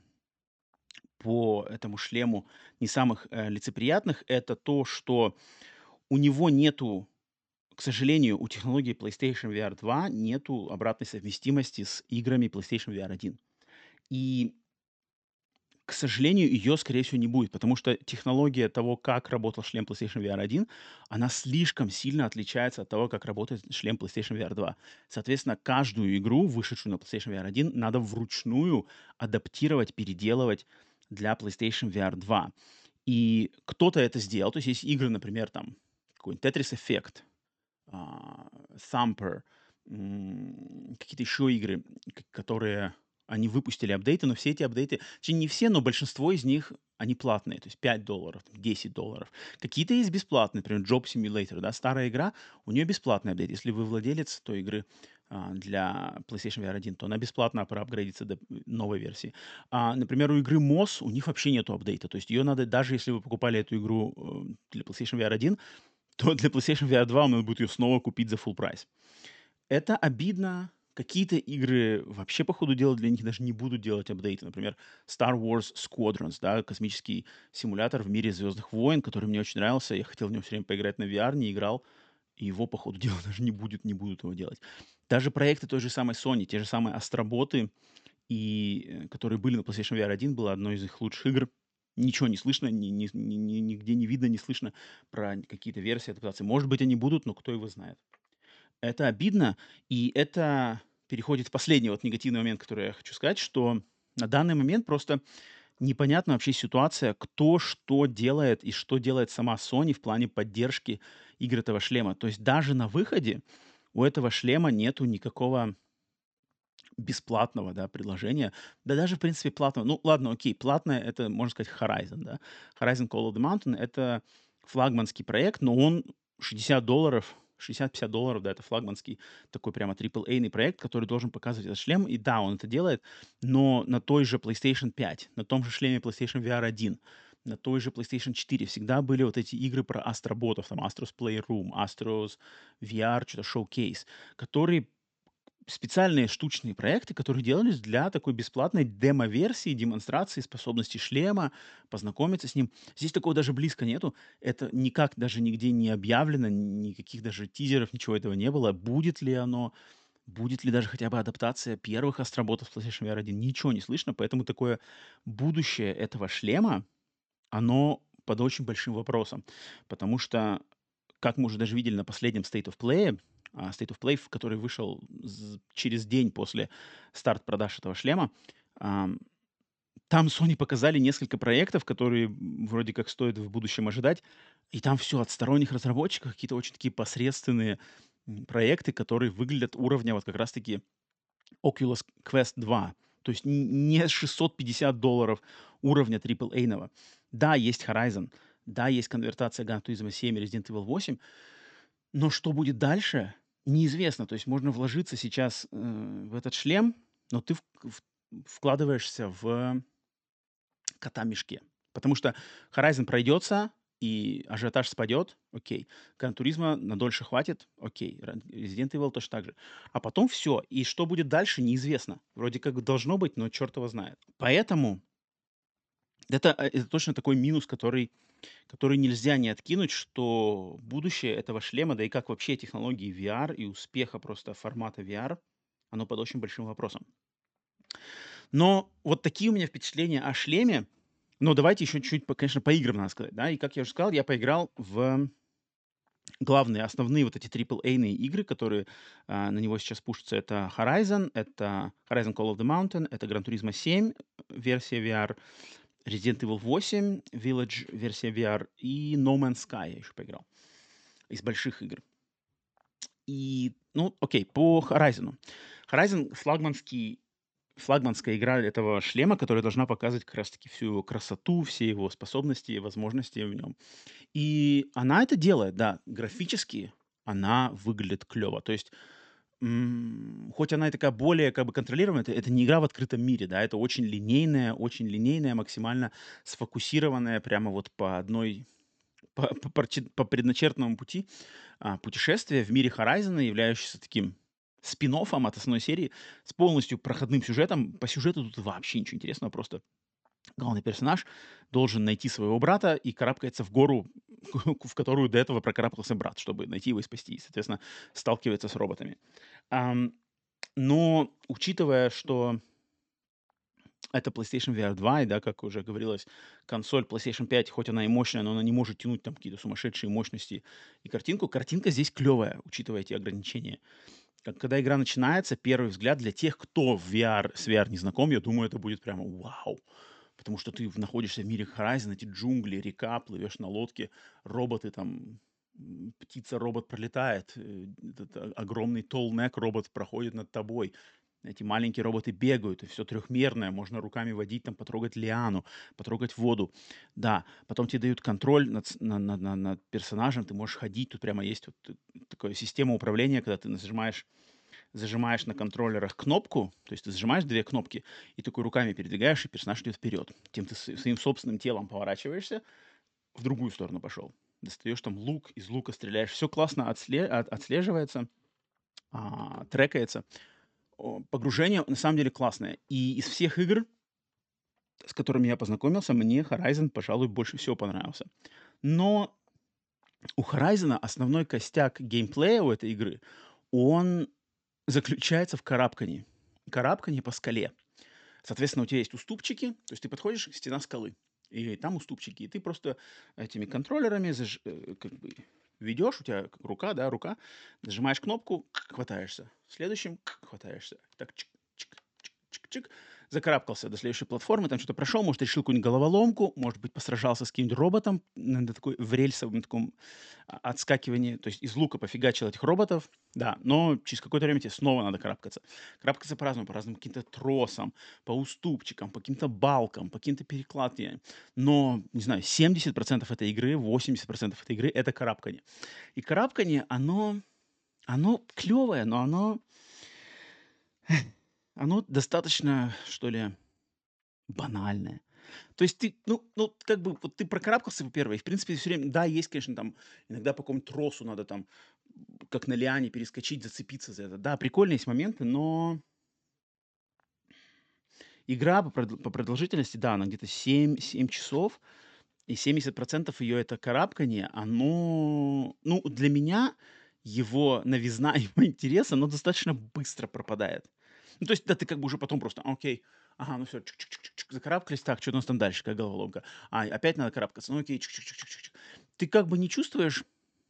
по этому шлему, не самых лицеприятных, это то, что у него нету, к сожалению, у технологии PlayStation VR 2 нету обратной совместимости с играми PlayStation VR 1. И к сожалению, ее, скорее всего, не будет, потому что технология того, как работал шлем PlayStation VR 1, она слишком сильно отличается от того, как работает шлем PlayStation VR 2. Соответственно, каждую игру, вышедшую на PlayStation VR 1, надо вручную адаптировать, переделывать для PlayStation VR 2. И кто-то это сделал. То есть есть игры, например, там какой-нибудь Tetris Effect, Thumper, какие-то еще игры, которые они выпустили апдейты, но все эти апдейты, точнее, не все, но большинство из них, они платные, то есть $5, $10. Какие-то есть бесплатные, например, Job Simulator, да, старая игра, у нее бесплатный апдейт. Если вы владелец той игры для PlayStation VR 1, то она бесплатно проапгрейдится до новой версии. Например, у игры у них вообще нету апдейта, то есть ее надо, даже если вы покупали эту игру для PlayStation VR 1, то для PlayStation VR 2 он будет ее снова купить за full прайс. Это обидно. Какие-то игры вообще, по ходу дела, для них даже не будут делать апдейты. Например, Star Wars Squadrons, да, космический симулятор в мире Звездных войн, который мне очень нравился. Я хотел в него все время поиграть на VR, не играл. И его, по ходу дела, даже не будут его делать. Даже проекты той же самой Sony, те же самые Астроботы, которые были на PlayStation VR 1, была одной из их лучших игр. Ничего не слышно, нигде не видно, не слышно про какие-то версии адаптации. Может быть, они будут, но кто его знает. Это обидно, и это переходит в последний вот негативный момент, который я хочу сказать, что на данный момент просто непонятна вообще ситуация, кто что делает и что делает сама Sony в плане поддержки игр этого шлема. То есть даже на выходе у этого шлема нету никакого бесплатного, да, предложения. Да даже, в принципе, платного. Ну, ладно, окей, платное — это, можно сказать, Horizon, да. Horizon Call of the Mountain — это флагманский проект, но он $60, 60-50 $, да, это флагманский такой прямо AAA-ный проект, который должен показывать этот шлем. И да, он это делает, но на той же PlayStation 5, на том же шлеме PlayStation VR 1, на той же PlayStation 4 всегда были вот эти игры про астроботов, там Astro's Playroom, Astro's VR, что-то Showcase, которые специальные штучные проекты, которые делались для такой бесплатной демо-версии, демонстрации способностей шлема, познакомиться с ним. Здесь такого даже близко нету. Это никак даже нигде не объявлено, никаких даже тизеров, ничего этого не было. Будет ли оно, будет ли даже хотя бы адаптация первых астроботов PlayStation VR 1, ничего не слышно, поэтому такое будущее этого шлема, оно под очень большим вопросом, потому что, как мы уже даже видели на последнем State of Play, который вышел через день после старта продаж этого шлема, ам, там Sony показали несколько проектов, которые вроде как стоит в будущем ожидать, и там все от сторонних разработчиков, какие-то очень такие посредственные проекты, которые выглядят уровня вот как раз-таки Oculus Quest 2. То есть не $650 уровня AAA-ного. Да, есть Horizon, да, есть конвертация Gran Turismo 7 и Resident Evil 8, но что будет дальше, неизвестно. То есть можно вложиться сейчас в этот шлем, но ты вкладываешься в кота в мешке. Потому что Horizon пройдется, и ажиотаж спадет, окей. Gran Turismo надольше хватит, окей. Resident Evil точно так же. А потом все. И что будет дальше, неизвестно. Вроде как должно быть, но черт его знает. Поэтому это точно такой минус, который нельзя не откинуть, что будущее этого шлема, да и как вообще технологии VR и успеха просто формата VR, оно под очень большим вопросом. Но вот такие у меня впечатления о шлеме. Но давайте еще чуть-чуть, конечно, по играм надо сказать, да. И как я уже сказал, я поиграл в главные, основные вот эти AAA-ные игры, которые на него сейчас пушатся. Это Horizon Call of the Mountain, это Gran Turismo 7 версия VR, Resident Evil 8 Village версия VR и No Man's Sky я еще поиграл из больших игр. И, ну, окей, по Horizon. Horizon флагманская игра этого шлема, которая должна показывать как раз-таки всю его красоту, все его способности и возможности в нем. И она это делает, да, графически она выглядит клево. То есть, хоть она и такая более как бы контролируемая, это не игра в открытом мире, да, это очень линейная, максимально сфокусированная прямо вот по предначертанному пути путешествие в мире Horizon, являющееся таким спин-оффом от основной серии с полностью проходным сюжетом. По сюжету тут вообще ничего интересного, просто главный персонаж должен найти своего брата и карабкается в гору, в которую до этого прокарабкался брат, чтобы найти его и спасти. И, соответственно, сталкивается с роботами. Но учитывая, что это PlayStation VR 2, и да, как уже говорилось, консоль PlayStation 5, хоть она и мощная, но она не может тянуть там какие-то сумасшедшие мощности и картинку. Картинка здесь клевая, учитывая эти ограничения. Когда игра начинается, первый взгляд для тех, кто с VR не знаком, я думаю, это будет прямо вау. Потому что ты находишься в мире Horizon, эти джунгли, река, плывешь на лодке, роботы там, птица-робот пролетает, этот огромный толнек робот проходит над тобой. Эти маленькие роботы бегают, и все трехмерное, можно руками водить, там, потрогать лиану, потрогать воду. Да, потом тебе дают контроль над персонажем, ты можешь ходить, тут прямо есть вот такая система управления, когда ты зажимаешь на контроллерах кнопку, то есть ты зажимаешь две кнопки и такой руками передвигаешь, и персонаж идет вперед. Тем ты своим собственным телом поворачиваешься, в другую сторону пошел. достаешь там лук, из лука стреляешь. Все классно отслеживается, трекается. Погружение на самом деле классное. И из всех игр, с которыми я познакомился, мне Horizon, пожалуй, больше всего понравился. Но у Horizon основной костяк геймплея у этой игры, он заключается в карабкании. Карабкании по скале. Соответственно, у тебя есть уступчики, то есть ты подходишь, стена скалы, и там уступчики, и ты просто этими контроллерами как бы ведешь, у тебя как рука, да, рука, нажимаешь кнопку, хватаешься, следующим хватаешься, так чик, чик, чик, чик, чик, закарабкался до следующей платформы, там что-то прошел, может, решил какую-нибудь головоломку, может быть, посражался с каким-нибудь роботом на такой в рельсовом таком отскакивании, то есть из лука пофигачил этих роботов, да, но через какое-то время тебе снова надо карабкаться. Карабкаться по разным каким-то тросам, по уступчикам, по каким-то балкам, по каким-то перекладкам. Но, не знаю, 70% этой игры, 80% этой игры — это карабкание. И карабкание, оно клевое, но оно достаточно, что ли, банальное. То есть ты, ну, как бы, вот ты прокарабкался, во-первых, и, в принципе, все время, да, есть, конечно, там, иногда по какому-то тросу надо там, как на лиане, перескочить, зацепиться за это. Да, прикольные есть моменты, но игра по продолжительности, да, она где-то 7 часов, и 70% ее это карабкание. Оно, ну, для меня его новизна, его интерес, оно достаточно быстро пропадает. Ну, то есть, да, ты как бы уже потом просто: окей, ага, ну все, закарабкались, так, что у нас там дальше, какая головоломка? Опять надо карабкаться, ну окей, чик-чик-чик-чик-чик. Ты как бы не чувствуешь,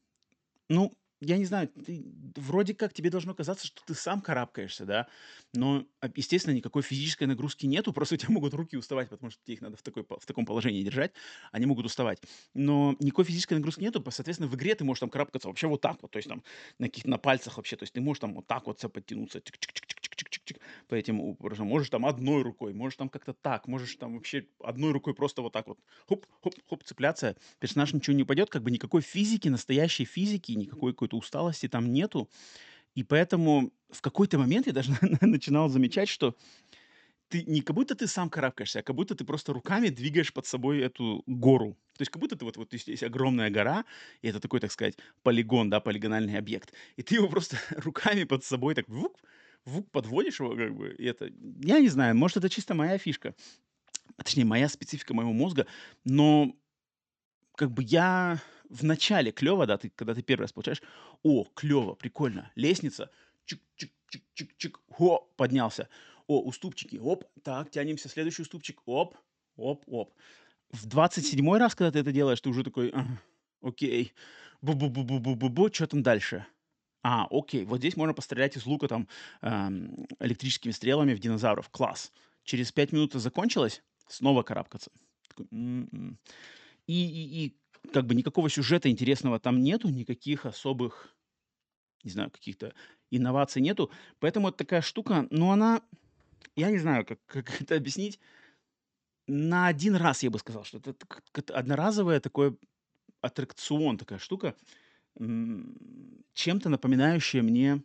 ну, я не знаю, ты вроде как тебе должно казаться, что ты сам карабкаешься, да, но, естественно, никакой физической нагрузки нету, просто у тебя могут руки уставать, потому что тебе их надо в таком положении держать, они могут уставать. Но никакой физической нагрузки нету, соответственно, в игре ты можешь там карабкаться вообще вот так вот, то есть там на каких-то на пальцах вообще, то есть ты можешь там вот так вот подтянуться, чик-чик-чик-чик-чик-чик, по этим образом, можешь там одной рукой, можешь там как-то так, можешь там вообще одной рукой просто вот так вот хоп-хоп-хоп цепляться, персонаж ничего не упадет, как бы никакой физики, настоящей физики, никакой какой-то усталости там нету. И поэтому в какой-то момент я даже начинал замечать, что ты не как будто ты сам карабкаешься, а как будто ты просто руками двигаешь под собой эту гору. То есть как будто ты вот есть огромная гора, и это такой, так сказать, полигон, да, полигональный объект. И ты его просто руками под собой так вук подводишь его, как бы, и это, я не знаю, может, это чисто моя фишка, точнее, моя специфика моего мозга, но как бы я в начале клево, да, когда ты первый раз получаешь: "О, клево, прикольно, лестница, чик-чик-чик-чик-чик, о, поднялся. О, уступчики, оп, так, тянемся, следующий уступчик, оп, оп, оп". В 27-й раз, когда ты это делаешь, ты уже такой: "Ага, окей, бу-бу-бу-бу-бу-бу-бу, чё там дальше? Окей, вот здесь можно пострелять из лука там, электрическими стрелами в динозавров. Класс". Через 5 минут это закончилось, снова карабкаться. Такой: "М-м". И как бы никакого сюжета интересного там нету, никаких особых, не знаю, каких-то инноваций нету. Поэтому это такая штука, ну, она, я не знаю, как это объяснить. На один раз я бы сказал, что это одноразовое такое аттракцион, такая штука, чем-то напоминающая мне,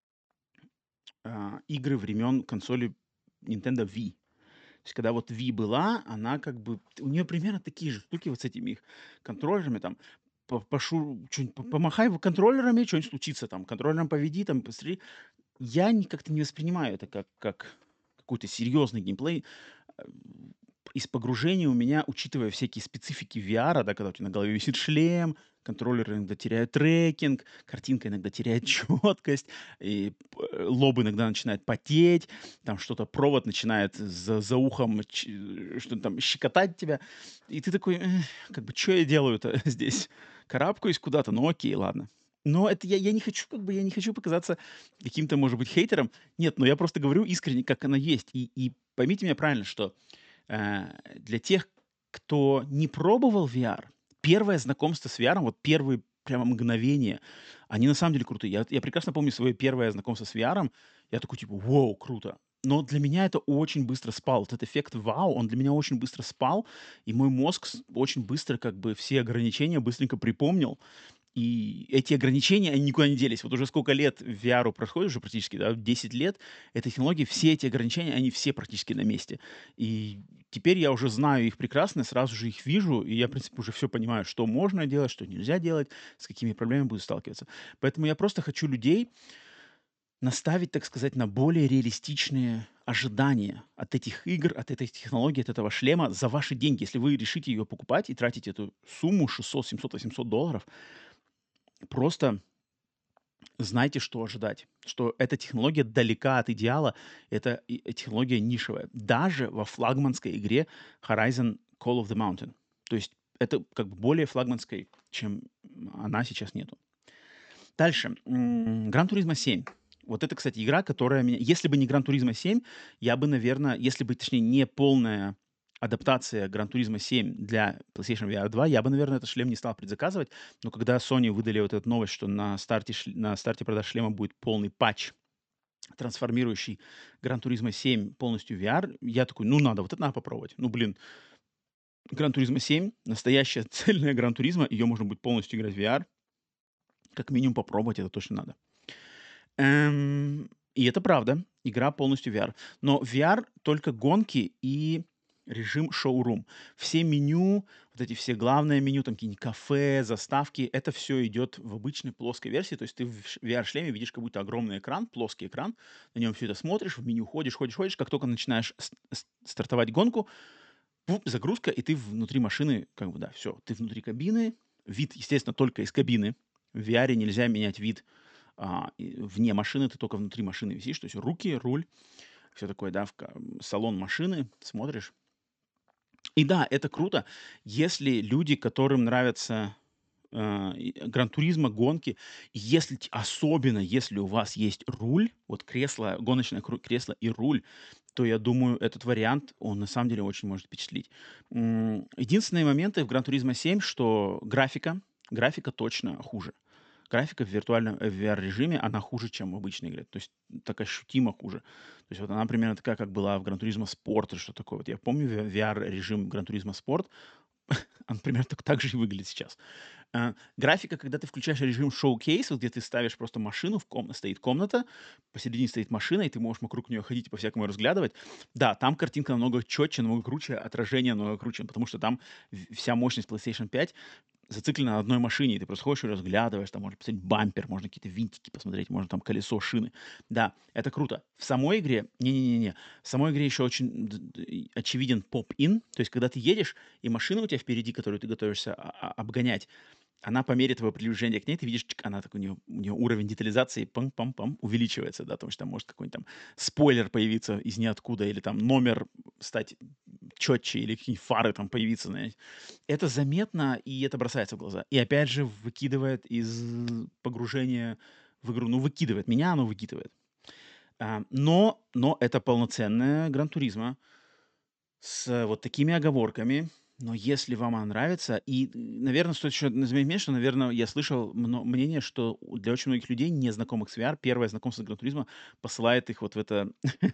игры времен консоли Nintendo Wii. То есть когда вот Wii была, она как бы у нее примерно такие же штуки вот с этими их контроллерами там. Чё-нибудь помахай в контроллерами, что нибудь случится там, контроллером поведи, там посмотри. Я как-то не воспринимаю это как какой-то серьезный геймплей. Э, Из погружения у меня, учитывая всякие специфики VR, да, когда у тебя на голове висит шлем, контроллер иногда теряет трекинг, картинка иногда теряет четкость, и лоб иногда начинает потеть, там что-то, провод начинает за ухом что-то там щекотать тебя. И ты такой: как бы, что я делаю-то здесь? Карабкаюсь куда-то? Ну окей, ладно. Но это я не хочу, как бы, я не хочу показаться каким-то, может быть, хейтером. Нет, но я просто говорю искренне, как оно есть. И поймите меня правильно, что для тех, кто не пробовал VR, первое знакомство с VR, вот первые прямо мгновения, они на самом деле крутые. Я прекрасно помню свое первое знакомство с VR. Я такой типа: "Вау, круто!" Но для меня это очень быстро спал. Вот этот эффект вау, он для меня очень быстро спал, и мой мозг очень быстро как бы все ограничения быстренько припомнил. И эти ограничения, они никуда не делись. Вот уже сколько лет VR происходит, уже практически, да, 10 лет, этой технологии, все эти ограничения, они все практически на месте. И теперь я уже знаю их прекрасно, сразу же их вижу, и я, в принципе, уже все понимаю, что можно делать, что нельзя делать, с какими проблемами буду сталкиваться. Поэтому я просто хочу людей наставить, так сказать, на более реалистичные ожидания от этих игр, от этой технологии, от этого шлема за ваши деньги. Если вы решите ее покупать и тратить эту сумму 600, 700, $800, просто знайте, что ожидать. Что эта технология далека от идеала, это технология нишевая. Даже во флагманской игре Horizon Call of the Mountain. То есть это как бы более флагманской, чем она сейчас нету. Дальше. Gran Turismo 7. Вот это, кстати, игра, которая меня... Если бы не Gran Turismo 7, я бы, наверное, если бы, точнее, не полная адаптация Gran Turismo 7 для PlayStation VR 2, я бы, наверное, этот шлем не стал предзаказывать. Но когда Sony выдали вот эту новость, что на старте продаж шлема будет полный патч, трансформирующий Gran Turismo 7 полностью в VR, я такой, ну надо, вот это надо попробовать. Ну, блин, Gran Turismo 7, настоящая цельная Gran Turismo, ее можно будет полностью играть в VR, как минимум попробовать это точно надо. И это правда, игра полностью VR. Но VR только гонки и режим шоурум. Все меню, вот эти все главные меню, там какие-нибудь кафе, заставки, это все идет в обычной плоской версии. То есть ты в VR-шлеме видишь как будто огромный экран, плоский экран, на нем все это смотришь, в меню ходишь, ходишь, ходишь. Как только начинаешь стартовать гонку, загрузка, и ты внутри машины, как бы, да, все, ты внутри кабины. Вид, естественно, только из кабины. В VR нельзя менять вид вне машины, ты только внутри машины висишь, то есть руки, руль, все такое, да, салон машины, смотришь. И да, это круто, если люди, которым нравятся гран-туризмо, гонки, если, особенно если у вас есть руль, вот кресло, гоночное кресло и руль, то я думаю, этот вариант, он на самом деле очень может впечатлить. Единственные моменты в Gran Turismo 7, что графика точно хуже. Графика в виртуальном VR-режиме, она хуже, чем в обычной игре. То есть так ощутимо хуже. То есть вот она примерно такая, как была в Gran Turismo Sport или что такое. Вот я помню VR-режим Gran Turismo Sport, он примерно так же и выглядит сейчас. Графика, когда ты включаешь режим Showcase, вот где ты ставишь просто машину, стоит комната, посередине стоит машина, и ты можешь вокруг нее ходить и по-всякому разглядывать. Да, там картинка намного четче, намного круче, отражение намного круче, потому что там вся мощность PlayStation 5 зациклена на одной машине, и ты просто ходишь и разглядываешь, там можно посмотреть бампер, можно какие-то винтики посмотреть, можно там колесо, шины. Да, это круто. В самой игре, не-не-не-не, в самой игре еще очень очевиден поп-ин, то есть когда ты едешь, и машина у тебя впереди, которую ты готовишься обгонять, она по мере твоего приближения к ней, ты видишь, она так, у нее уровень детализации пам-пам-пам увеличивается, да, потому что там может какой-нибудь там спойлер появиться из ниоткуда, или там номер стать четче, или какие-нибудь фары там появиться, знаете. Это заметно, и это бросается в глаза. И опять же выкидывает из погружения в игру. Ну, выкидывает. Меня оно выкидывает. Но это полноценная Гран-туризмо с вот такими оговорками. Но если вам она нравится, и, наверное, стоит еще заметить, что, наверное, я слышал мнение, что для очень многих людей, незнакомых с VR, первое знакомство с Гран-туризмо посылает их вот в это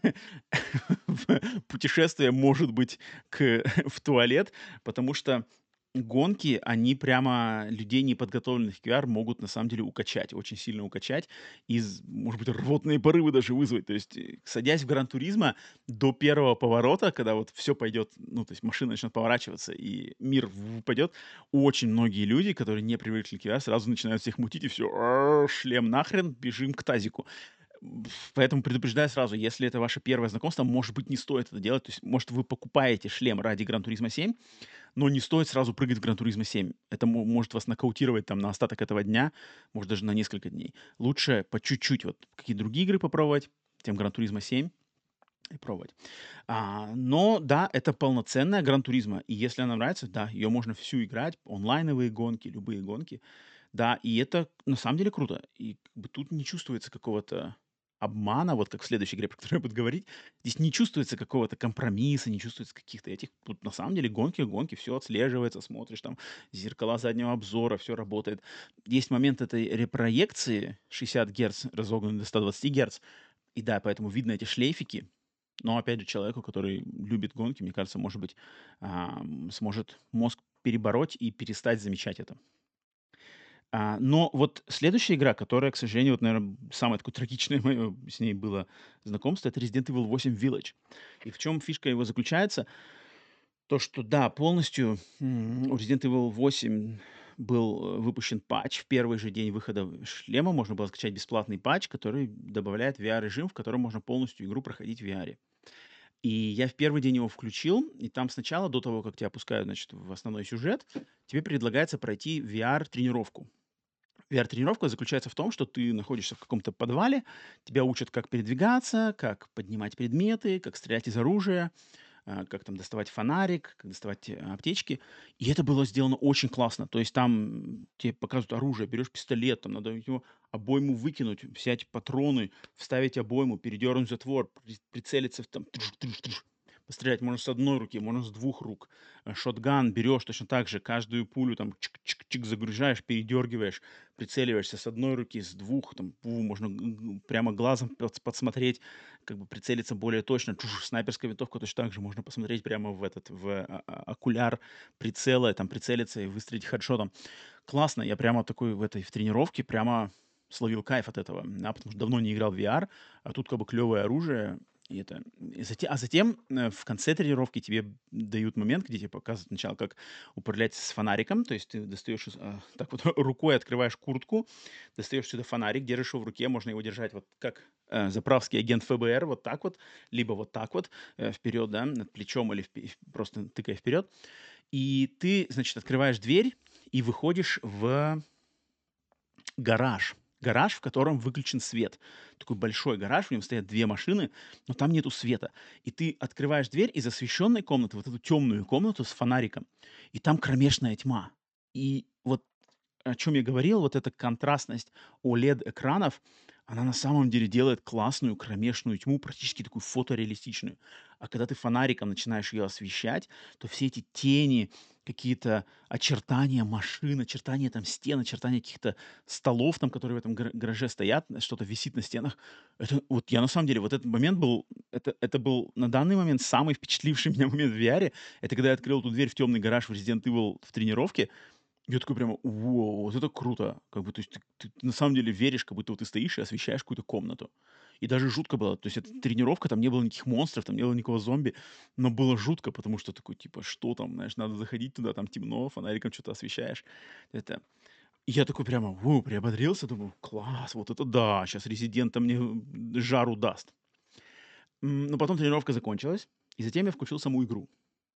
в путешествие, может быть, в туалет, потому что гонки, они прямо людей, неподготовленных к VR, могут на самом деле укачать, очень сильно укачать, может быть, рвотные порывы даже вызвать. То есть, садясь в Гран-туризмо, до первого поворота, когда вот все пойдет, ну, то есть машина начнет поворачиваться и мир упадет, очень многие люди, которые не привыкли к VR, сразу начинают всех мутить и все, шлем нахрен, бежим к тазику. Поэтому предупреждаю сразу, если это ваше первое знакомство, может быть, не стоит это делать. То есть, может, вы покупаете шлем ради Gran Turismo 7, но не стоит сразу прыгать в Gran Turismo 7. Это может вас нокаутировать там на остаток этого дня, может, даже на несколько дней. Лучше по чуть-чуть вот какие другие игры попробовать, тем Gran Turismo 7 и пробовать. Но да, это полноценная Gran Turismo, и если она нравится, да, ее можно всю играть, онлайновые гонки, любые гонки, да, и это на самом деле круто. И как бы тут не чувствуется какого-то обмана, вот как в следующей игре, про которую я буду говорить. Здесь не чувствуется какого-то компромисса, не чувствуется каких-то этих... Тут на самом деле гонки, все отслеживается, смотришь там зеркала заднего обзора, все работает. Есть момент этой репроекции 60 Гц, разогнанный до 120 Гц, и да, поэтому видно эти шлейфики. Но опять же, человеку, который любит гонки, мне кажется, может быть, сможет мозг перебороть и перестать замечать это. Но вот следующая игра, которая, к сожалению, вот, наверное, самое такое трагичное мое с ней было знакомство, это Resident Evil 8 Village. И в чем фишка его заключается? То, что да, полностью, у Resident Evil 8 был, выпущен патч. В первый же день выхода шлема можно было скачать бесплатный патч, который добавляет VR-режим, в котором можно полностью игру проходить в VR. И я в первый день его включил, и там сначала, до того, как тебя пускают, значит, в основной сюжет, тебе предлагается пройти VR-тренировку. VR-тренировка заключается в том, что ты находишься в каком-то подвале, тебя учат, как передвигаться, как поднимать предметы, как стрелять из оружия, как там доставать фонарик, как доставать аптечки. И это было сделано очень классно. То есть там тебе показывают оружие, берешь пистолет, там надо его обойму выкинуть, взять патроны, вставить обойму, передернуть затвор, прицелиться, там, пострелять можно с одной руки, можно с двух рук. Шотган берешь точно так же, каждую пулю там чик-чик-чик загружаешь, передергиваешь, прицеливаешься с одной руки, с двух, там, можно прямо глазом подсмотреть, как бы прицелиться более точно. Снайперская винтовка точно так же можно посмотреть прямо в окуляр прицела, там прицелиться и выстрелить хедшотом. Классно, я прямо такой в тренировке прямо словил кайф от этого, да, потому что давно не играл в VR, а тут как бы клевое оружие, затем в конце тренировки тебе дают момент, где тебе показывают сначала, как управлять с фонариком, то есть ты достаешь, так вот рукой открываешь куртку, достаешь сюда фонарик, держишь его в руке, можно его держать вот как заправский агент ФБР, вот так вот, либо вот так вот вперед, да, над плечом или просто тыкая вперед. И ты, значит, открываешь дверь и выходишь в гараж. Гараж, в котором выключен свет. Такой большой гараж, в нем стоят 2 машины, но там нету света. И ты открываешь дверь из освещенной комнаты, вот эту темную комнату с фонариком, и там кромешная тьма. И вот о чем я говорил, вот эта контрастность OLED-экранов, она на самом деле делает классную кромешную тьму, практически такую фотореалистичную. А когда ты фонариком начинаешь ее освещать, то все эти тени, какие-то очертания машин, очертания там стен, очертания каких-то столов там, которые в этом гараже стоят, что-то висит на стенах. Это вот я на самом деле, вот этот момент был, это был на данный момент самый впечатливший меня момент в VR. Это когда я открыл эту дверь в темный гараж в Resident Evil в тренировке, я такой прямо: "Вау, вот это круто!" Как бы, то есть ты на самом деле веришь, как будто вот ты стоишь и освещаешь какую-то комнату. И даже жутко было. То есть это тренировка, там не было никаких монстров, там не было никакого зомби, но было жутко, потому что такой типа: "Что там?" Знаешь, надо заходить туда, там темно, фонариком что то освещаешь. Это и я такой прямо, приободрился, думаю: "Класс, вот это да, сейчас резидента мне, жару даст". Но потом тренировка закончилась, и затем я включил саму игру.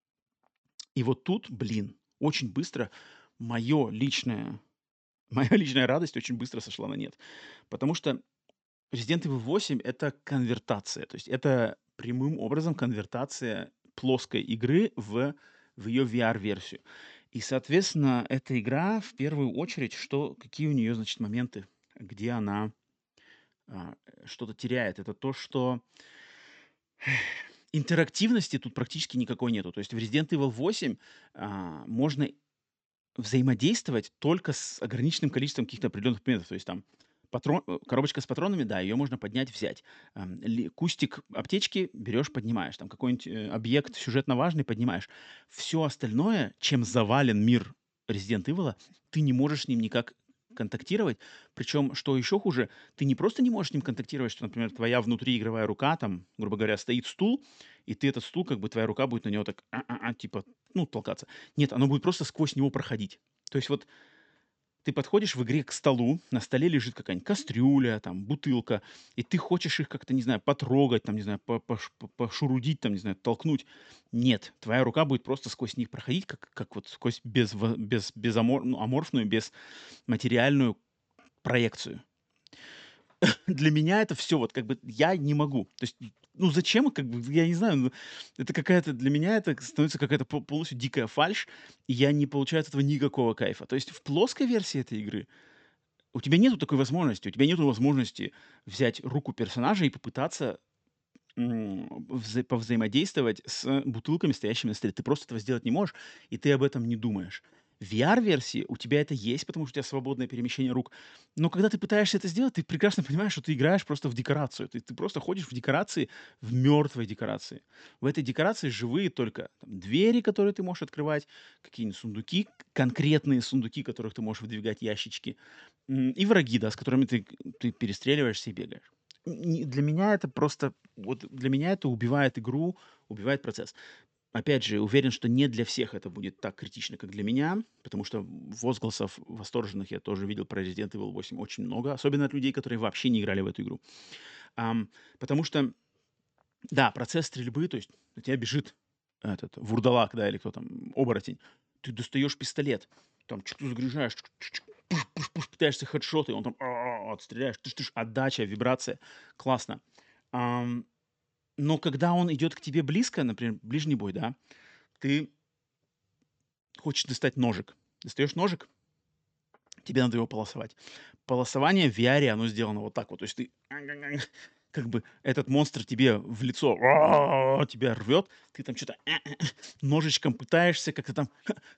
И вот тут, блин, очень быстро моё личное моя личная радость очень быстро сошла на нет. Потому что Resident Evil 8 — это конвертация. То есть это прямым образом конвертация плоской игры в ее VR-версию. И, соответственно, эта игра в первую очередь, какие у нее, значит, моменты, где она что-то теряет. Это то, что интерактивности тут практически никакой нету. То есть в Resident Evil 8 можно взаимодействовать только с ограниченным количеством каких-то определенных предметов. То есть там коробочка с патронами, да, ее можно поднять, взять. Кустик аптечки берешь, поднимаешь. Там какой-нибудь объект сюжетно важный поднимаешь. Все остальное, чем завален мир Resident Evil, ты не можешь с ним никак контактировать. Причем, что еще хуже, ты не просто не можешь с ним контактировать, что, например, твоя внутриигровая рука, там, грубо говоря, стоит стул, и ты этот стул, как бы твоя рука будет на него так, типа, ну, толкаться. Нет, оно будет просто сквозь него проходить. То есть вот ты подходишь в игре к столу, на столе лежит какая-нибудь кастрюля, там, бутылка, и ты хочешь их как-то, не знаю, потрогать, там, не знаю, пошурудить, там, не знаю, толкнуть. Нет, твоя рука будет просто сквозь них проходить, как вот сквозь аморфную, безматериальную проекцию. Для меня это все вот как бы я не могу. То есть, ну зачем, как бы, я не знаю, ну, это какая-то для меня это становится какая-то полностью дикая фальшь, и я не получаю от этого никакого кайфа. То есть в плоской версии этой игры у тебя нету такой возможности. У тебя нету возможности взять руку персонажа и попытаться, повзаимодействовать с бутылками, стоящими на столе. Ты просто этого сделать не можешь, и ты об этом не думаешь. VR-версии у тебя это есть, потому что у тебя свободное перемещение рук. Но когда ты пытаешься это сделать, ты прекрасно понимаешь, что ты играешь просто в декорацию. Ты просто ходишь в декорации, в мертвой декорации. В этой декорации живые только там, двери, которые ты можешь открывать, какие-нибудь сундуки, конкретные сундуки, которых ты можешь выдвигать ящички, и враги, да, с которыми ты перестреливаешься и бегаешь. Для меня это просто, вот для меня это убивает игру, убивает процесс. Опять же, уверен, что не для всех это будет так критично, как для меня, потому что возгласов восторженных я тоже видел про Resident Evil 8 очень много, особенно от людей, которые вообще не играли в эту игру. Потому что, да, процесс стрельбы, то есть на тебя бежит этот вурдалак, да, или кто там, оборотень, ты достаешь пистолет, там что-то загружаешь, пуш, пытаешься хедшоты, он там отстреляешь, тыш, отдача, вибрация, классно. Ам, но когда он идет к тебе близко, например, ближний бой, да, ты хочешь достать ножик. Достаешь ножик, тебе надо его полосовать. Полосование в VR, оно сделано вот так вот. То есть ты как бы этот монстр тебе в лицо тебя рвет, ты там что-то ножичком пытаешься как-то там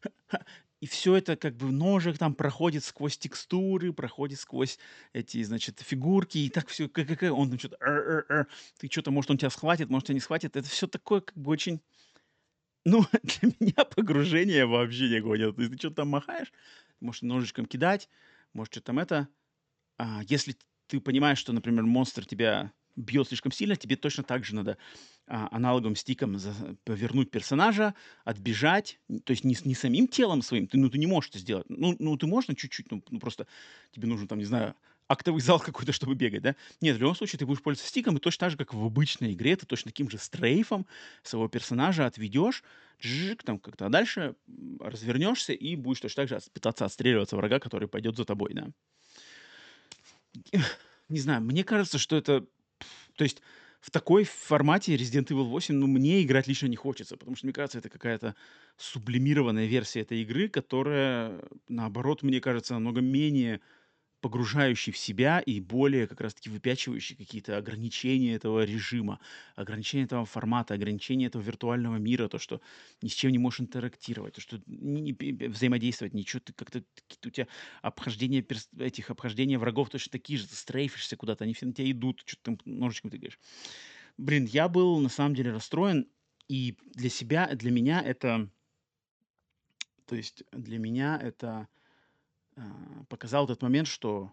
и все это как бы ножик там проходит сквозь текстуры, проходит сквозь эти, значит, фигурки, и так все, он там что-то, ты что-то, может, он тебя схватит, может, тебя не схватит. Это все такое как бы очень ну, для меня погружение вообще никакого нет. То есть ты чё-то там махаешь, можешь ножичком кидать, можешь чё-то там это. Если ты понимаешь, что, например, монстр тебя бьет слишком сильно, тебе точно так же надо, аналоговым стиком повернуть персонажа, отбежать. То есть не самим телом своим, ты не можешь это сделать. Ну, ты можешь, чуть-чуть, просто тебе нужен там, не знаю, актовый зал какой-то, чтобы бегать, да. Нет, в любом случае ты будешь пользоваться стиком, и точно так же, как в обычной игре, ты точно таким же стрейфом своего персонажа отведешь, там как-то, а дальше, развернешься и будешь точно так же пытаться отстреливаться врага, который пойдет за тобой, да. Не знаю, мне кажется, что это то есть в такой формате Resident Evil 8, ну, мне играть лично не хочется, потому что, мне кажется, это какая-то сублимированная версия этой игры, которая, наоборот, мне кажется, намного менее погружающий в себя и более как раз таки выпячивающий какие-то ограничения этого режима, ограничения этого формата, ограничения этого виртуального мира, то, что ни с чем не можешь интерактировать, то, что взаимодействовать, ничего, ты как-то какие-то у тебя обхождения врагов точно такие же, ты стрейфишься куда-то, они все на тебя идут, что-то там ножичком тыгаешь. Блин, я был на самом деле расстроен, и для меня это, то есть для меня это показал этот момент, что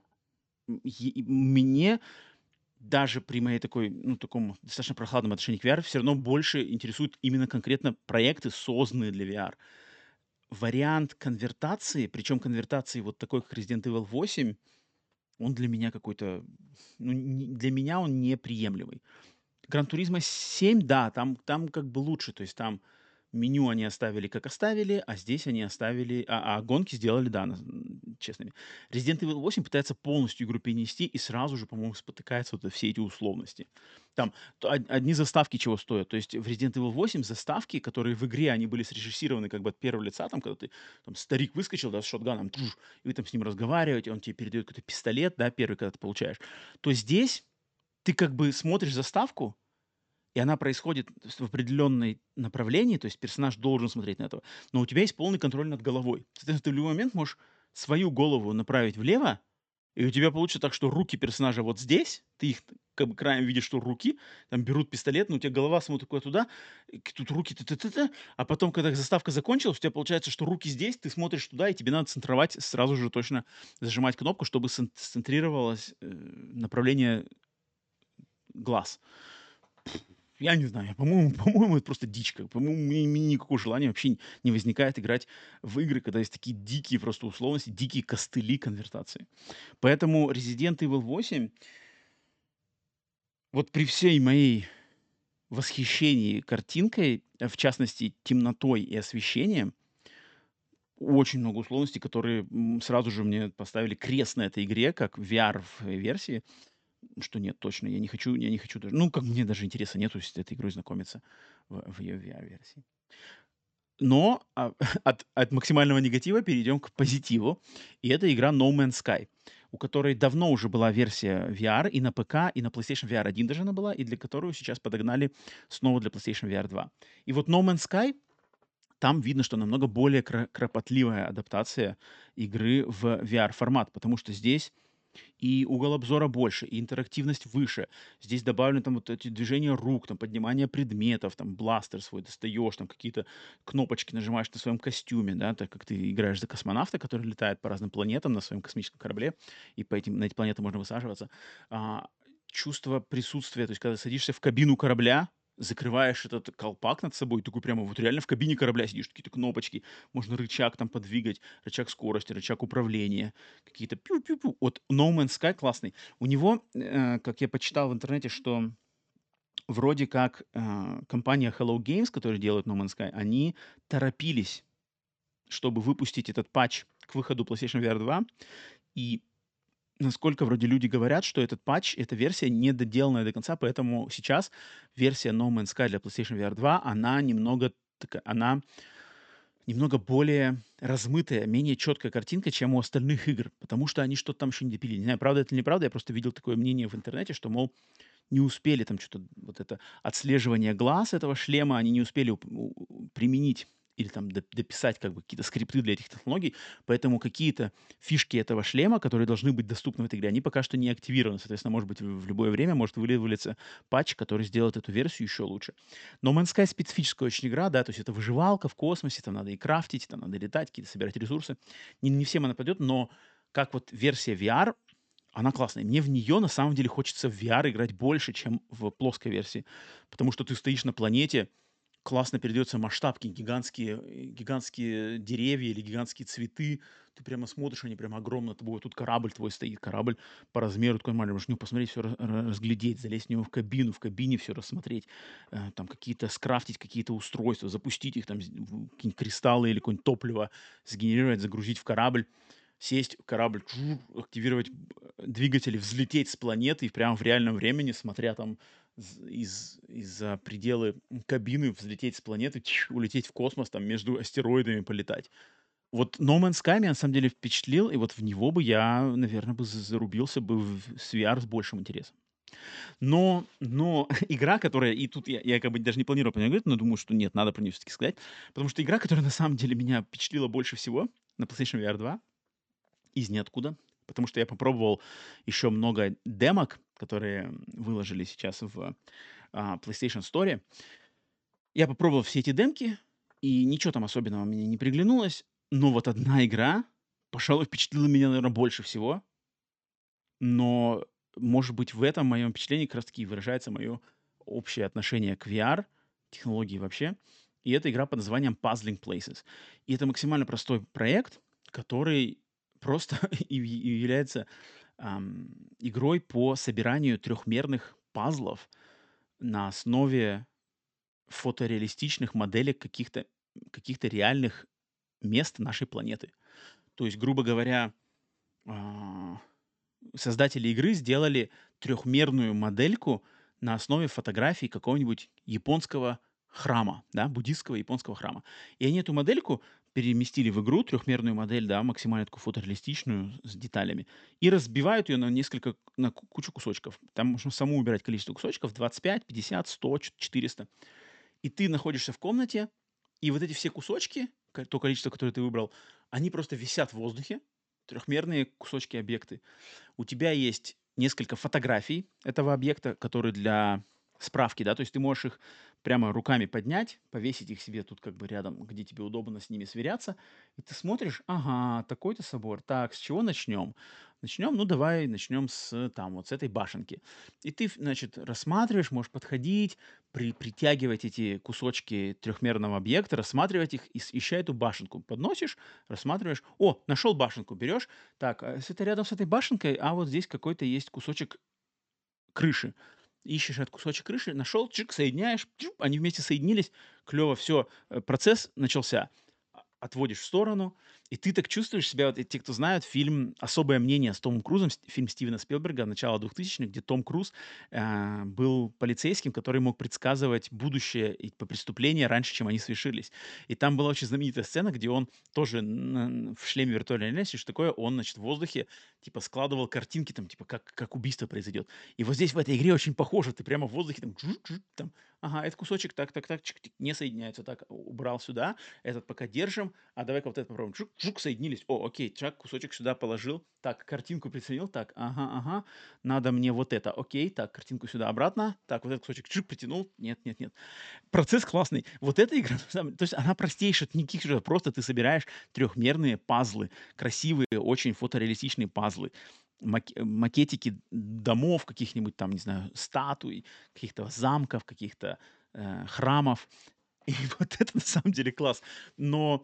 мне даже при моей такой, ну, таком достаточно прохладном отношении к VR все равно больше интересуют именно конкретно проекты, созданные для VR. Вариант конвертации, причем конвертации вот такой, как Resident Evil 8, он для меня какой-то, ну, для меня он неприемлемый. Гран Туризмо 7, да, там как бы лучше, то есть там меню они оставили как оставили, а здесь они оставили, гонки сделали, да, честными. Resident Evil 8 пытается полностью игру перенести и сразу же, по-моему, спотыкается вот о все эти условности. Там одни заставки чего стоят. То есть в Resident Evil 8 заставки, которые в игре, они были срежиссированы как бы от первого лица, там, когда ты, там, старик выскочил, да, с шотганом, и вы там с ним разговариваете, он тебе передает какой-то пистолет, да, первый, когда ты получаешь, то здесь ты как бы смотришь заставку, и она происходит в определенной направлении, то есть персонаж должен смотреть на этого, но у тебя есть полный контроль над головой. Соответственно, ты в любой момент можешь свою голову направить влево, и у тебя получится так, что руки персонажа вот здесь, ты их как бы краем видишь, что руки, там берут пистолет, но у тебя голова смотрит куда-туда, и тут руки, а потом, когда заставка закончилась, у тебя получается, что руки здесь, ты смотришь туда, и тебе надо центровать, сразу же точно зажимать кнопку, чтобы сцентрировалось направление глаз. Я не знаю, по-моему, по-моему, это просто дичка. По-моему, мне никакого желания вообще не возникает играть в игры, когда есть такие дикие просто условности, дикие костыли конвертации. Поэтому Resident Evil 8, вот при всей моей восхищении картинкой, в частности, темнотой и освещением, очень много условностей, которые сразу же мне поставили крест на этой игре, как VR-версии, что нет, точно, я не хочу даже, ну, как бы мне даже интереса нету с этой игрой знакомиться в ее VR-версии. Но, от максимального негатива перейдем к позитиву. И это игра No Man's Sky, у которой давно уже была версия VR и на ПК, и на PlayStation VR 1 даже она была, и для которую сейчас подогнали снова для PlayStation VR 2. И вот No Man's Sky там видно, что намного более кропотливая адаптация игры в VR-формат, потому что здесь и угол обзора больше, и интерактивность выше. Здесь добавлены там вот эти движения рук, там поднимание предметов, там бластер свой достаешь, там какие-то кнопочки нажимаешь на своем костюме, да, так как ты играешь за космонавта, который летает по разным планетам на своем космическом корабле, и на эти планеты можно высаживаться. А, чувство присутствия, то есть когда садишься в кабину корабля, закрываешь этот колпак над собой, такой прямо вот реально в кабине корабля сидишь, какие-то кнопочки, можно рычаг там подвигать, рычаг скорости, рычаг управления, какие-то пиу-пиу-пиу. Вот No Man's Sky классный. У него, как я почитал в интернете, что вроде как компания Hello Games, которая делает No Man's Sky, они торопились, чтобы выпустить этот патч к выходу PlayStation VR 2. И насколько вроде люди говорят, что этот патч, эта версия недоделанная до конца, поэтому сейчас версия No Man's Sky для PlayStation VR 2, она немного более размытая, менее четкая картинка, чем у остальных игр, потому что они что-то там еще не допилили. Не знаю, правда это или неправда, я просто видел такое мнение в интернете, что, мол, не успели там что-то, вот это отслеживание глаз этого шлема, они не успели применить или там дописать как бы какие-то скрипты для этих технологий, поэтому какие-то фишки этого шлема, которые должны быть доступны в этой игре, они пока что не активированы. Соответственно, может быть, в любое время может вылиться патч, который сделает эту версию еще лучше. Но Man's Sky специфическая очень игра, да, то есть это выживалка в космосе, там надо и крафтить, там надо летать, какие-то собирать ресурсы. Не всем она пойдет, но как вот версия VR, она классная. Мне в нее на самом деле хочется в VR играть больше, чем в плоской версии. Потому что ты стоишь на планете, классно передается масштаб, какие гигантские деревья или гигантские цветы. Ты прямо смотришь, они прямо огромно. Тобой тут корабль твой стоит, корабль по размеру такой маленький. Можешь в него посмотреть, все разглядеть, залезть в него в кабине все рассмотреть, там какие-то скрафтить какие-то устройства, запустить их, там какие-нибудь кристаллы или какое-нибудь топливо сгенерировать, загрузить в корабль, сесть в корабль, активировать двигатели, взлететь с планеты и прямо в реальном времени, смотря там из-за пределы кабины, взлететь с планеты, улететь в космос, там между астероидами полетать. Вот No Man's Sky меня на самом деле впечатлил, и вот в него бы я, наверное, бы зарубился бы с VR с большим интересом. Но игра, которая, и тут я как бы даже не планировал про неё говорить, но думаю, что нет, надо про нее все-таки сказать, потому что игра, которая на самом деле меня впечатлила больше всего на PlayStation VR 2, из ниоткуда, потому что я попробовал еще много демок, которые выложили сейчас в PlayStation Store. Я попробовал все эти демки, и ничего там особенного мне не приглянулось, но вот одна игра, пожалуй, впечатлила меня, наверное, больше всего. Но, может быть, в этом моем впечатлении как раз таки и выражается мое общее отношение к VR, технологии вообще. И это игра под названием Puzzling Places. И это максимально простой проект, который просто и является игрой по собиранию трехмерных пазлов на основе фотореалистичных моделек каких-то реальных мест нашей планеты. То есть, грубо говоря, а, создатели игры сделали трехмерную модельку на основе фотографий какого-нибудь японского храма, да, буддийского японского храма. И они эту модельку переместили в игру, трехмерную модель, да, максимально такую фотореалистичную, с деталями, и разбивают ее на кучу кусочков. Там можно саму убирать количество кусочков: 25, 50, 100, 400. И ты находишься в комнате, и вот эти все кусочки, то количество, которое ты выбрал, они просто висят в воздухе, трехмерные кусочки объекты. У тебя есть несколько фотографий этого объекта, которые для справки, да, то есть ты можешь их прямо руками поднять, повесить их себе тут как бы рядом, где тебе удобно с ними сверяться, и ты смотришь, ага, такой-то собор, так, с чего начнем? Начнем, ну давай начнем с там вот с этой башенки. И ты, значит, рассматриваешь, можешь подходить, притягивать эти кусочки трехмерного объекта, рассматривать их, ища эту башенку. Подносишь, рассматриваешь, о, нашел башенку, берешь, так, это рядом с этой башенкой, а вот здесь какой-то есть кусочек крыши. Ищешь этот кусочек крыши, нашел, чик, соединяешь, чуп, они вместе соединились, клево, все, процесс начался. отводишь в сторону, и ты так чувствуешь себя. Вот те, кто знают фильм «Особое мнение» с Томом Крузом, фильм Стивена Спилберга начала 2000-х, где Том Круз был полицейским, который мог предсказывать будущее и преступления раньше, чем они совершились. И там была очень знаменитая сцена, где он тоже в шлеме виртуальной реальности, что такое, он, значит, в воздухе, типа, складывал картинки, там, типа, как убийство произойдет. И вот здесь в этой игре очень похоже, ты прямо в воздухе, там, там, ага, этот кусочек так, чик-тик, не соединяется, так, убрал сюда, этот пока держим, а давай-ка вот это попробуем. Жук, соединились. О, окей, чак, кусочек сюда положил. Так, картинку приценил. Так, ага. Надо мне вот это. Окей, так, картинку сюда обратно. Так, вот этот кусочек чик притянул. Нет. Процесс классный. Вот эта игра, то есть она простейшая, никаких сюжетов. Просто ты собираешь трехмерные пазлы. Красивые, очень фотореалистичные пазлы. Макетики домов каких-нибудь там, не знаю, статуй, каких-то замков, каких-то храмов. И вот это на самом деле класс. Но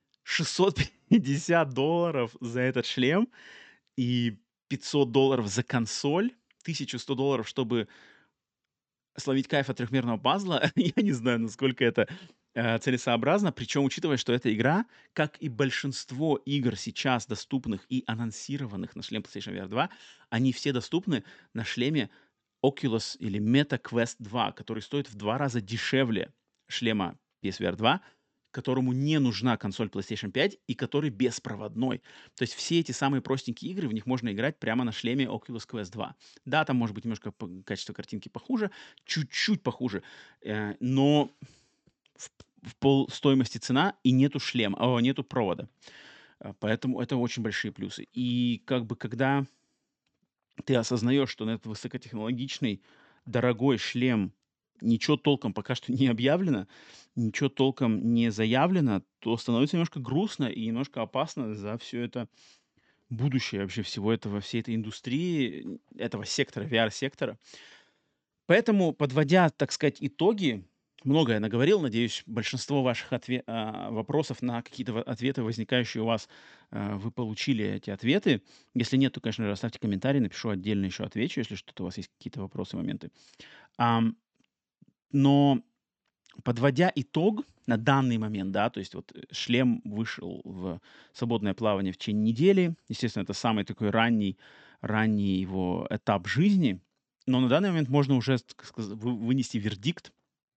$650 за этот шлем и $500 за консоль, $1100, чтобы словить кайф от трехмерного пазла, я не знаю, насколько это целесообразно. Причем, учитывая, что эта игра, как и большинство игр сейчас доступных и анонсированных на шлем PlayStation VR 2, они все доступны на шлеме Oculus или Meta Quest 2, который стоит в 2 раза дешевле шлема PSVR 2, которому не нужна консоль PlayStation 5 и который беспроводной. То есть все эти самые простенькие игры, в них можно играть прямо на шлеме Oculus Quest 2. Да, там может быть немножко качество картинки похуже, чуть-чуть похуже, но в, в пол стоимости цена и нету шлема, нету провода. Поэтому это очень большие плюсы. И как бы когда ты осознаешь, что на этот высокотехнологичный, дорогой шлем ничего толком пока что не объявлено, ничего толком не заявлено, то становится немножко грустно и немножко опасно за все это будущее вообще всего этого, всей этой индустрии, этого сектора, VR-сектора. Поэтому, подводя, так сказать, итоги, многое наговорил. Надеюсь, большинство ваших вопросов на какие-то ответы, возникающие у вас, вы получили эти ответы. Если нет, то, конечно же, оставьте комментарий, напишу отдельно еще отвечу, если что-то у вас есть какие-то вопросы, моменты. Ам, но подводя итог на данный момент, да, то есть вот шлем вышел в свободное плавание в течение недели. Естественно, это самый такой ранний его этап жизни. Но на данный момент можно уже вынести вердикт.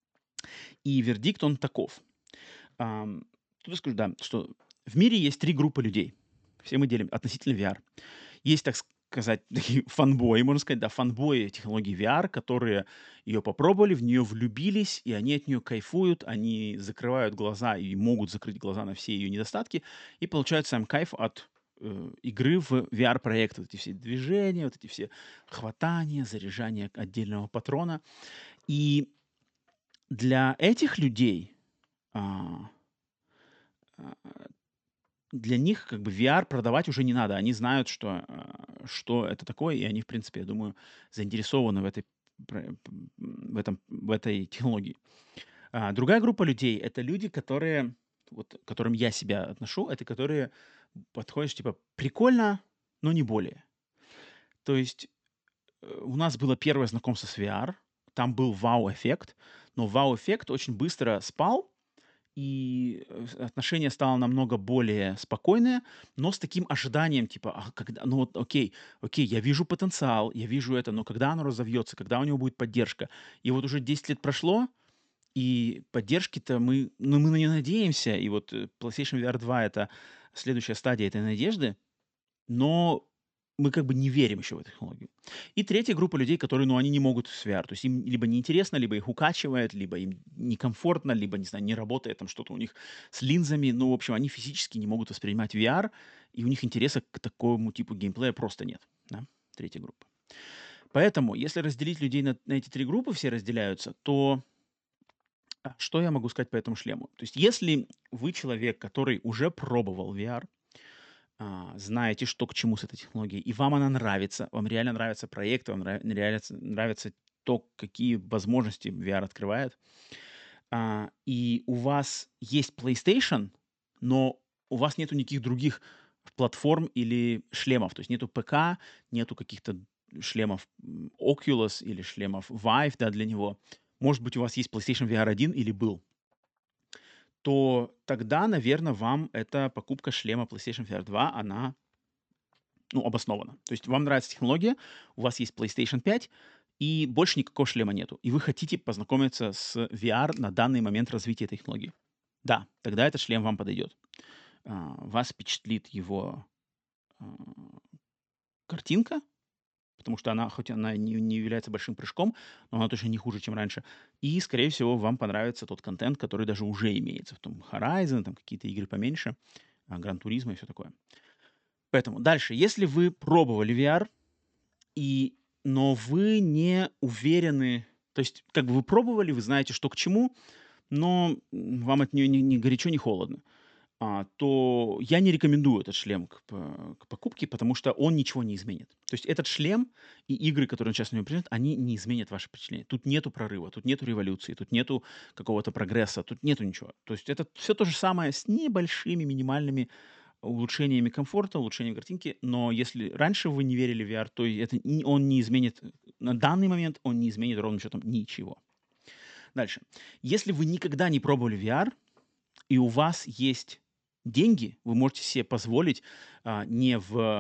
И вердикт он таков. Тут я скажу, да, что в мире есть 3 группы людей. Все мы делим относительно VR. Есть, так сказать, такие фанбои, можно сказать, да, фанбои технологии VR, которые ее попробовали, в нее влюбились, и они от нее кайфуют, они закрывают глаза и могут закрыть глаза на все ее недостатки, и получают сам кайф от игры в VR-проект. Вот эти все движения, вот эти все хватания, заряжание отдельного патрона. И для этих людей а, а, для них как бы VR продавать уже не надо. Они знают, что это такое, и они, в принципе, я думаю, заинтересованы в этой технологии. Другая группа людей — это люди, которые, вот, к которым я себя отношу, это которые подходят, типа, прикольно, но не более. То есть у нас было первое знакомство с VR, там был вау-эффект, но вау-эффект очень быстро спал, и отношение стало намного более спокойное, но с таким ожиданием, типа, когда, ну вот, окей, я вижу потенциал, я вижу это, но когда оно разовьется, когда у него будет поддержка? И вот уже 10 лет прошло, и поддержки-то мы на нее надеемся, и вот PlayStation VR 2 это следующая стадия этой надежды, но мы как бы не верим еще в эту технологию. И третья группа людей, которые, ну, они не могут с VR. То есть им либо неинтересно, либо их укачивает, либо им некомфортно, либо, не знаю, не работает там что-то у них с линзами. Ну, в общем, они физически не могут воспринимать VR, и у них интереса к такому типу геймплея просто нет. Да? Третья группа. Поэтому, если разделить людей на эти 3 группы, все разделяются, то что я могу сказать по этому шлему? То есть если вы человек, который уже пробовал VR, знаете, что к чему с этой технологией, и вам она нравится, вам реально нравится проект, вам реально нравится то, какие возможности VR открывает, и у вас есть PlayStation, но у вас нету никаких других платформ или шлемов, то есть нету ПК, нету каких-то шлемов Oculus или шлемов Vive, да, для него. Может быть, у вас есть PlayStation VR 1 или был, то тогда, наверное, вам эта покупка шлема PlayStation VR 2, она, ну, обоснована. То есть вам нравится технология, у вас есть PlayStation 5, и больше никакого шлема нету. И вы хотите познакомиться с VR на данный момент развития этой технологии. Да, тогда этот шлем вам подойдет. Вас впечатлит его а, картинка, потому что она, хоть она не является большим прыжком, но она точно не хуже, чем раньше. И, скорее всего, вам понравится тот контент, который даже уже имеется в том Horizon, там какие-то игры поменьше, Гран Туризма и все такое. Поэтому дальше, если вы пробовали VR, и, но вы не уверены, то есть как бы вы пробовали, вы знаете, что к чему, но вам от нее ни горячо, ни холодно, то я не рекомендую этот шлем к покупке, потому что он ничего не изменит. То есть этот шлем и игры, которые он сейчас на него принят, они не изменят ваше впечатление. Тут нету прорыва, тут нету революции, тут нету какого-то прогресса, тут нету ничего. То есть это все то же самое с небольшими минимальными улучшениями комфорта, улучшением картинки, но если раньше вы не верили в VR, то это, он не изменит, на данный момент он не изменит ровным счетом ничего. Дальше. Если вы никогда не пробовали VR, и у вас есть деньги, вы можете себе позволить не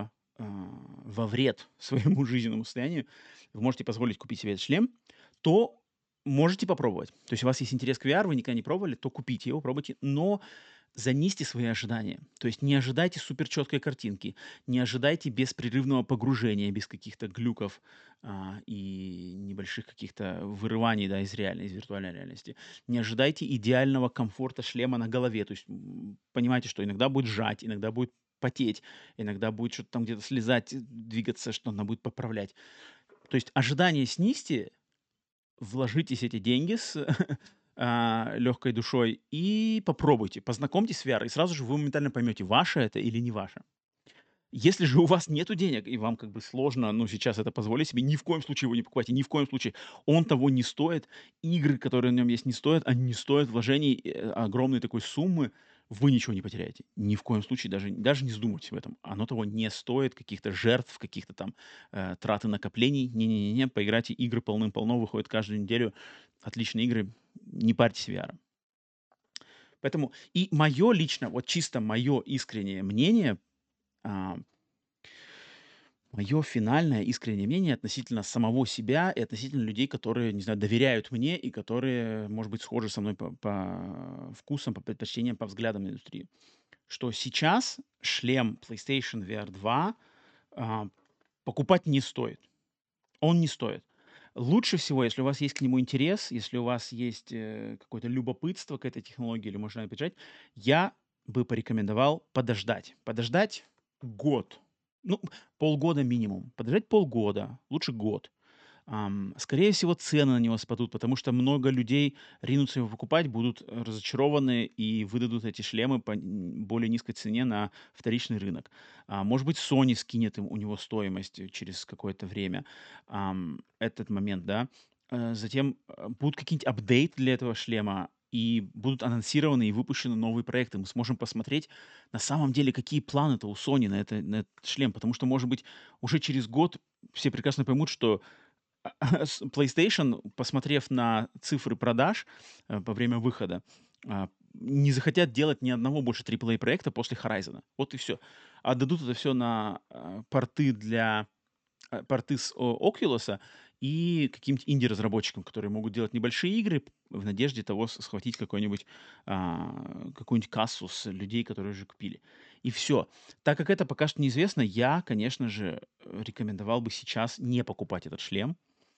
во вред своему жизненному состоянию, вы можете позволить купить себе этот шлем, то можете попробовать. То есть у вас есть интерес к VR, вы никогда не пробовали, то купите его, пробуйте, но занизьте свои ожидания. То есть не ожидайте суперчеткой картинки, не ожидайте беспрерывного погружения, без каких-то глюков и небольших каких-то вырываний, да, из реальной, из виртуальной реальности. Не ожидайте идеального комфорта шлема на голове. То есть понимайте, что иногда будет сжать, иногда будет потеть, иногда будет что-то там где-то слезать, двигаться, что она будет поправлять. То есть ожидания снизьте, вложитесь эти деньги с легкой душой и попробуйте, познакомьтесь с VR, и сразу же вы моментально поймете, ваше это или не ваше. Если же у вас нету денег, и вам как бы сложно, ну, сейчас это позволить себе, ни в коем случае его не покупайте, ни в коем случае. Он того не стоит. Игры, которые на нем есть, не стоят. Они не стоят вложений огромной такой суммы. Вы ничего не потеряете. Ни в коем случае даже не вздумайтесь в этом. Оно того не стоит, каких-то жертв, каких-то там траты накоплений. Не-не-не, поиграйте, игры полным-полно, выходят каждую неделю. Отличные игры. Не парьтесь VR. Поэтому и мое лично, вот чисто мое искреннее мнение, а, мое финальное искреннее мнение относительно самого себя и относительно людей, которые, не знаю, доверяют мне и которые, может быть, схожи со мной по вкусам, по предпочтениям, по взглядам на индустрию. Что сейчас шлем PlayStation VR 2 а, покупать не стоит. Он не стоит. Лучше всего, если у вас есть к нему интерес, если у вас есть какое-то любопытство к этой технологии или можно бежать, я бы порекомендовал подождать. Подождать год. Ну, полгода минимум. Подождать полгода, лучше год. Скорее всего, цены на него спадут, потому что много людей ринутся его покупать, будут разочарованы и выдадут эти шлемы по более низкой цене на вторичный рынок. Может быть, Sony скинет у него стоимость через какое-то время. Этот момент, да. Затем будут какие-нибудь апдейты для этого шлема, и будут анонсированы и выпущены новые проекты. Мы сможем посмотреть на самом деле, какие планы-то у Sony на этот шлем, потому что, может быть, уже через год все прекрасно поймут, что PlayStation, посмотрев на цифры продаж во время выхода, не захотят делать ни одного больше AAA проекта после Horizon. Вот и все. Отдадут это все на порты с Oculus и каким-нибудь инди-разработчикам, которые могут делать небольшие игры в надежде того схватить какую-нибудь кассу с людей, которые уже купили. И все. Так как это пока что неизвестно, я, конечно же, рекомендовал бы сейчас не покупать этот шлем,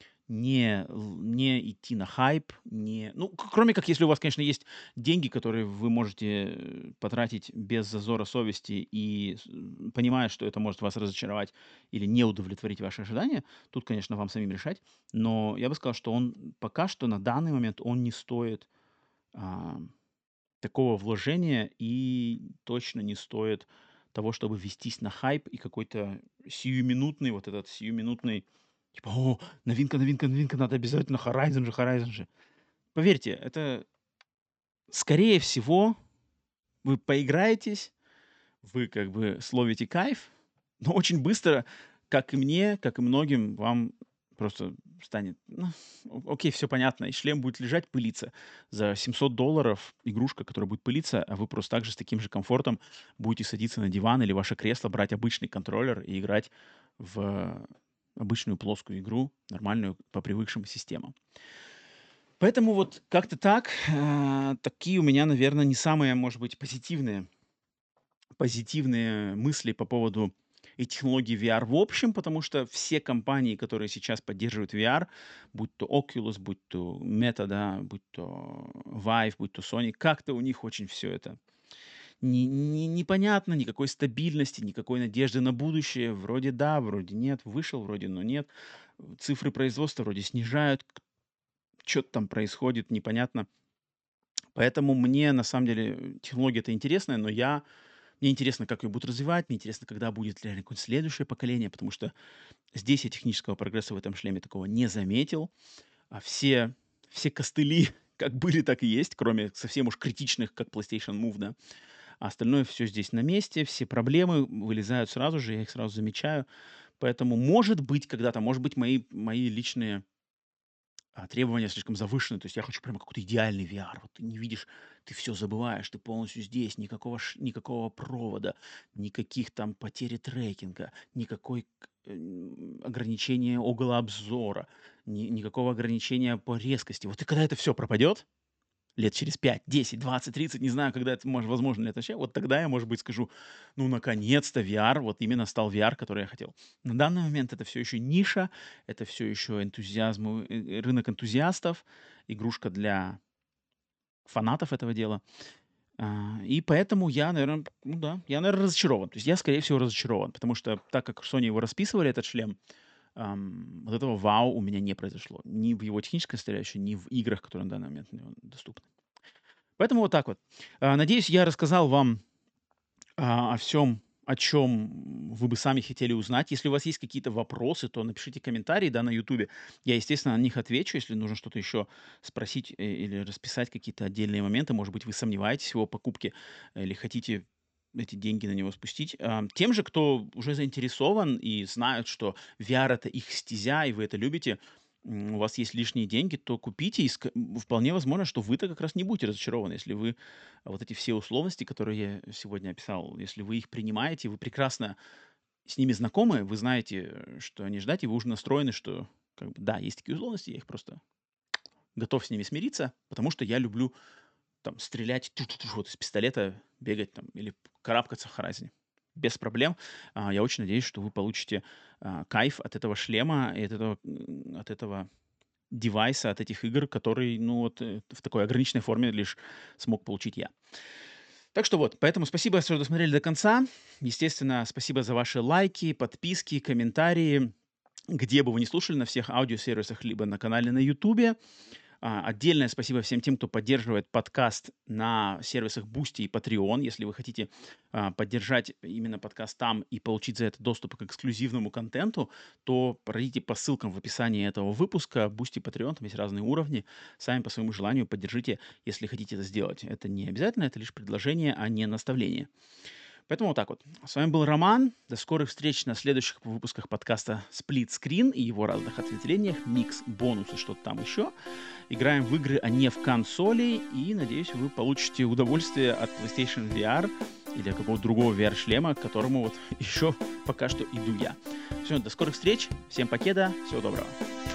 не идти на хайп, не ну, кроме как если у вас, конечно, есть деньги, которые вы можете, потратить без зазора совести и понимая, что это может вас разочаровать или не удовлетворить ваши ожидания. Тут, конечно, вам самим решать. Но я бы сказал, что он пока что на данный момент он не стоит, а, такого вложения и точно не стоит того, чтобы вестись на хайп и какой-то сиюминутный, вот этот сиюминутный, типа: "О, новинка, новинка, новинка, надо обязательно, Horizon же, Horizon же". Поверьте, это, скорее всего, вы поиграетесь, вы как бы словите кайф, но очень быстро, как и мне, как и многим, вам просто станет, ну, окей, все понятно, и шлем будет лежать, пылиться. За $700 игрушка, которая будет пылиться, а вы просто так же с таким же комфортом будете садиться на диван или ваше кресло, брать обычный контроллер и играть в обычную плоскую игру, нормальную по привыкшим системам. Поэтому вот как-то так, такие у меня, наверное, не самые, может быть, позитивные мысли по поводу и технологий VR в общем, потому что все компании, которые сейчас поддерживают VR, будь то Oculus, будь то Meta, да, будь то Vive, будь то Sony, как-то у них очень все это непонятно, никакой стабильности, никакой надежды на будущее. Вроде да, вроде нет, вышел вроде, но нет. Цифры производства вроде снижают, что-то там происходит, непонятно. Поэтому мне, на самом деле, технология-то интересная, но мне интересно, как ее будут развивать, мне интересно, когда будет реально какое-то следующее поколение, потому что здесь я технического прогресса в этом шлеме такого не заметил. А все костыли как были, так и есть, кроме совсем уж критичных, как PlayStation Move, да. А остальное все здесь на месте, все проблемы вылезают сразу же, я их сразу замечаю. Поэтому, может быть, когда-то, может быть, мои личные требования слишком завышены. То есть я хочу прямо какой-то идеальный VR. Вот ты не видишь, ты все забываешь, ты полностью здесь, никакого провода, никаких там потери трекинга, никакой ограничения угла обзора, никакого ограничения по резкости. Вот и когда это все пропадет, лет через 5, 10, 20, 30, не знаю, когда это возможно ли это вообще, вот тогда я, может быть, скажу, ну, наконец-то VR, вот именно стал VR, который я хотел. На данный момент это все еще ниша, это все еще рынок энтузиастов, игрушка для фанатов этого дела. И поэтому я, наверное, ну да, я, наверное, разочарован. То есть я, скорее всего, разочарован, потому что так как Sony его расписывали, этот шлем, вот этого вау у меня не произошло. Ни в его технической составляющей, ни в играх, которые на данный момент на него доступны. Поэтому вот так вот. Надеюсь, я рассказал вам о всем, о чем вы бы сами хотели узнать. Если у вас есть какие-то вопросы, то напишите комментарии, да, на "Ютубе". Я, естественно, на них отвечу. Если нужно что-то еще спросить, или расписать какие-то отдельные моменты, может быть, вы сомневаетесь в его покупке или хотите эти деньги на него спустить. Тем же, кто уже заинтересован и знают, что VR — это их стезя, и вы это любите, у вас есть лишние деньги, то купите, и вполне возможно, что вы-то как раз не будете разочарованы, если вы вот эти все условности, которые я сегодня описал, если вы их принимаете, вы прекрасно с ними знакомы, вы знаете, что они ждать, и вы уже настроены, что как бы, да, есть такие условности, я их просто готов с ними смириться, потому что я люблю там стрелять вот из пистолета, бегать там или карабкаться в Horizon. Без проблем. Я очень надеюсь, что вы получите кайф от этого шлема и от этого девайса, от этих игр, который, ну вот, в такой ограниченной форме лишь смог получить я. Так что вот, поэтому спасибо, что досмотрели до конца. Естественно, спасибо за ваши лайки, подписки, комментарии, где бы вы ни слушали, на всех аудиосервисах, либо на канале на Ютубе. Отдельное спасибо всем тем, кто поддерживает подкаст на сервисах Boosty и Patreon. Если вы хотите поддержать именно подкаст там и получить за это доступ к эксклюзивному контенту, то пройдите по ссылкам в описании этого выпуска. Boosty и Patreon, там есть разные уровни. Сами по своему желанию поддержите, если хотите это сделать. Это не обязательно, это лишь предложение, а не наставление. Поэтому вот так вот. С вами был Роман. До скорых встреч на следующих выпусках подкаста Split Screen и его разных ответвлениях, микс, бонусы, что-то там еще. Играем в игры, а не в консоли. И, надеюсь, вы получите удовольствие от PlayStation VR или какого-то другого VR-шлема, к которому вот еще пока что иду я. Все, до скорых встреч. Всем покеда. Всего доброго.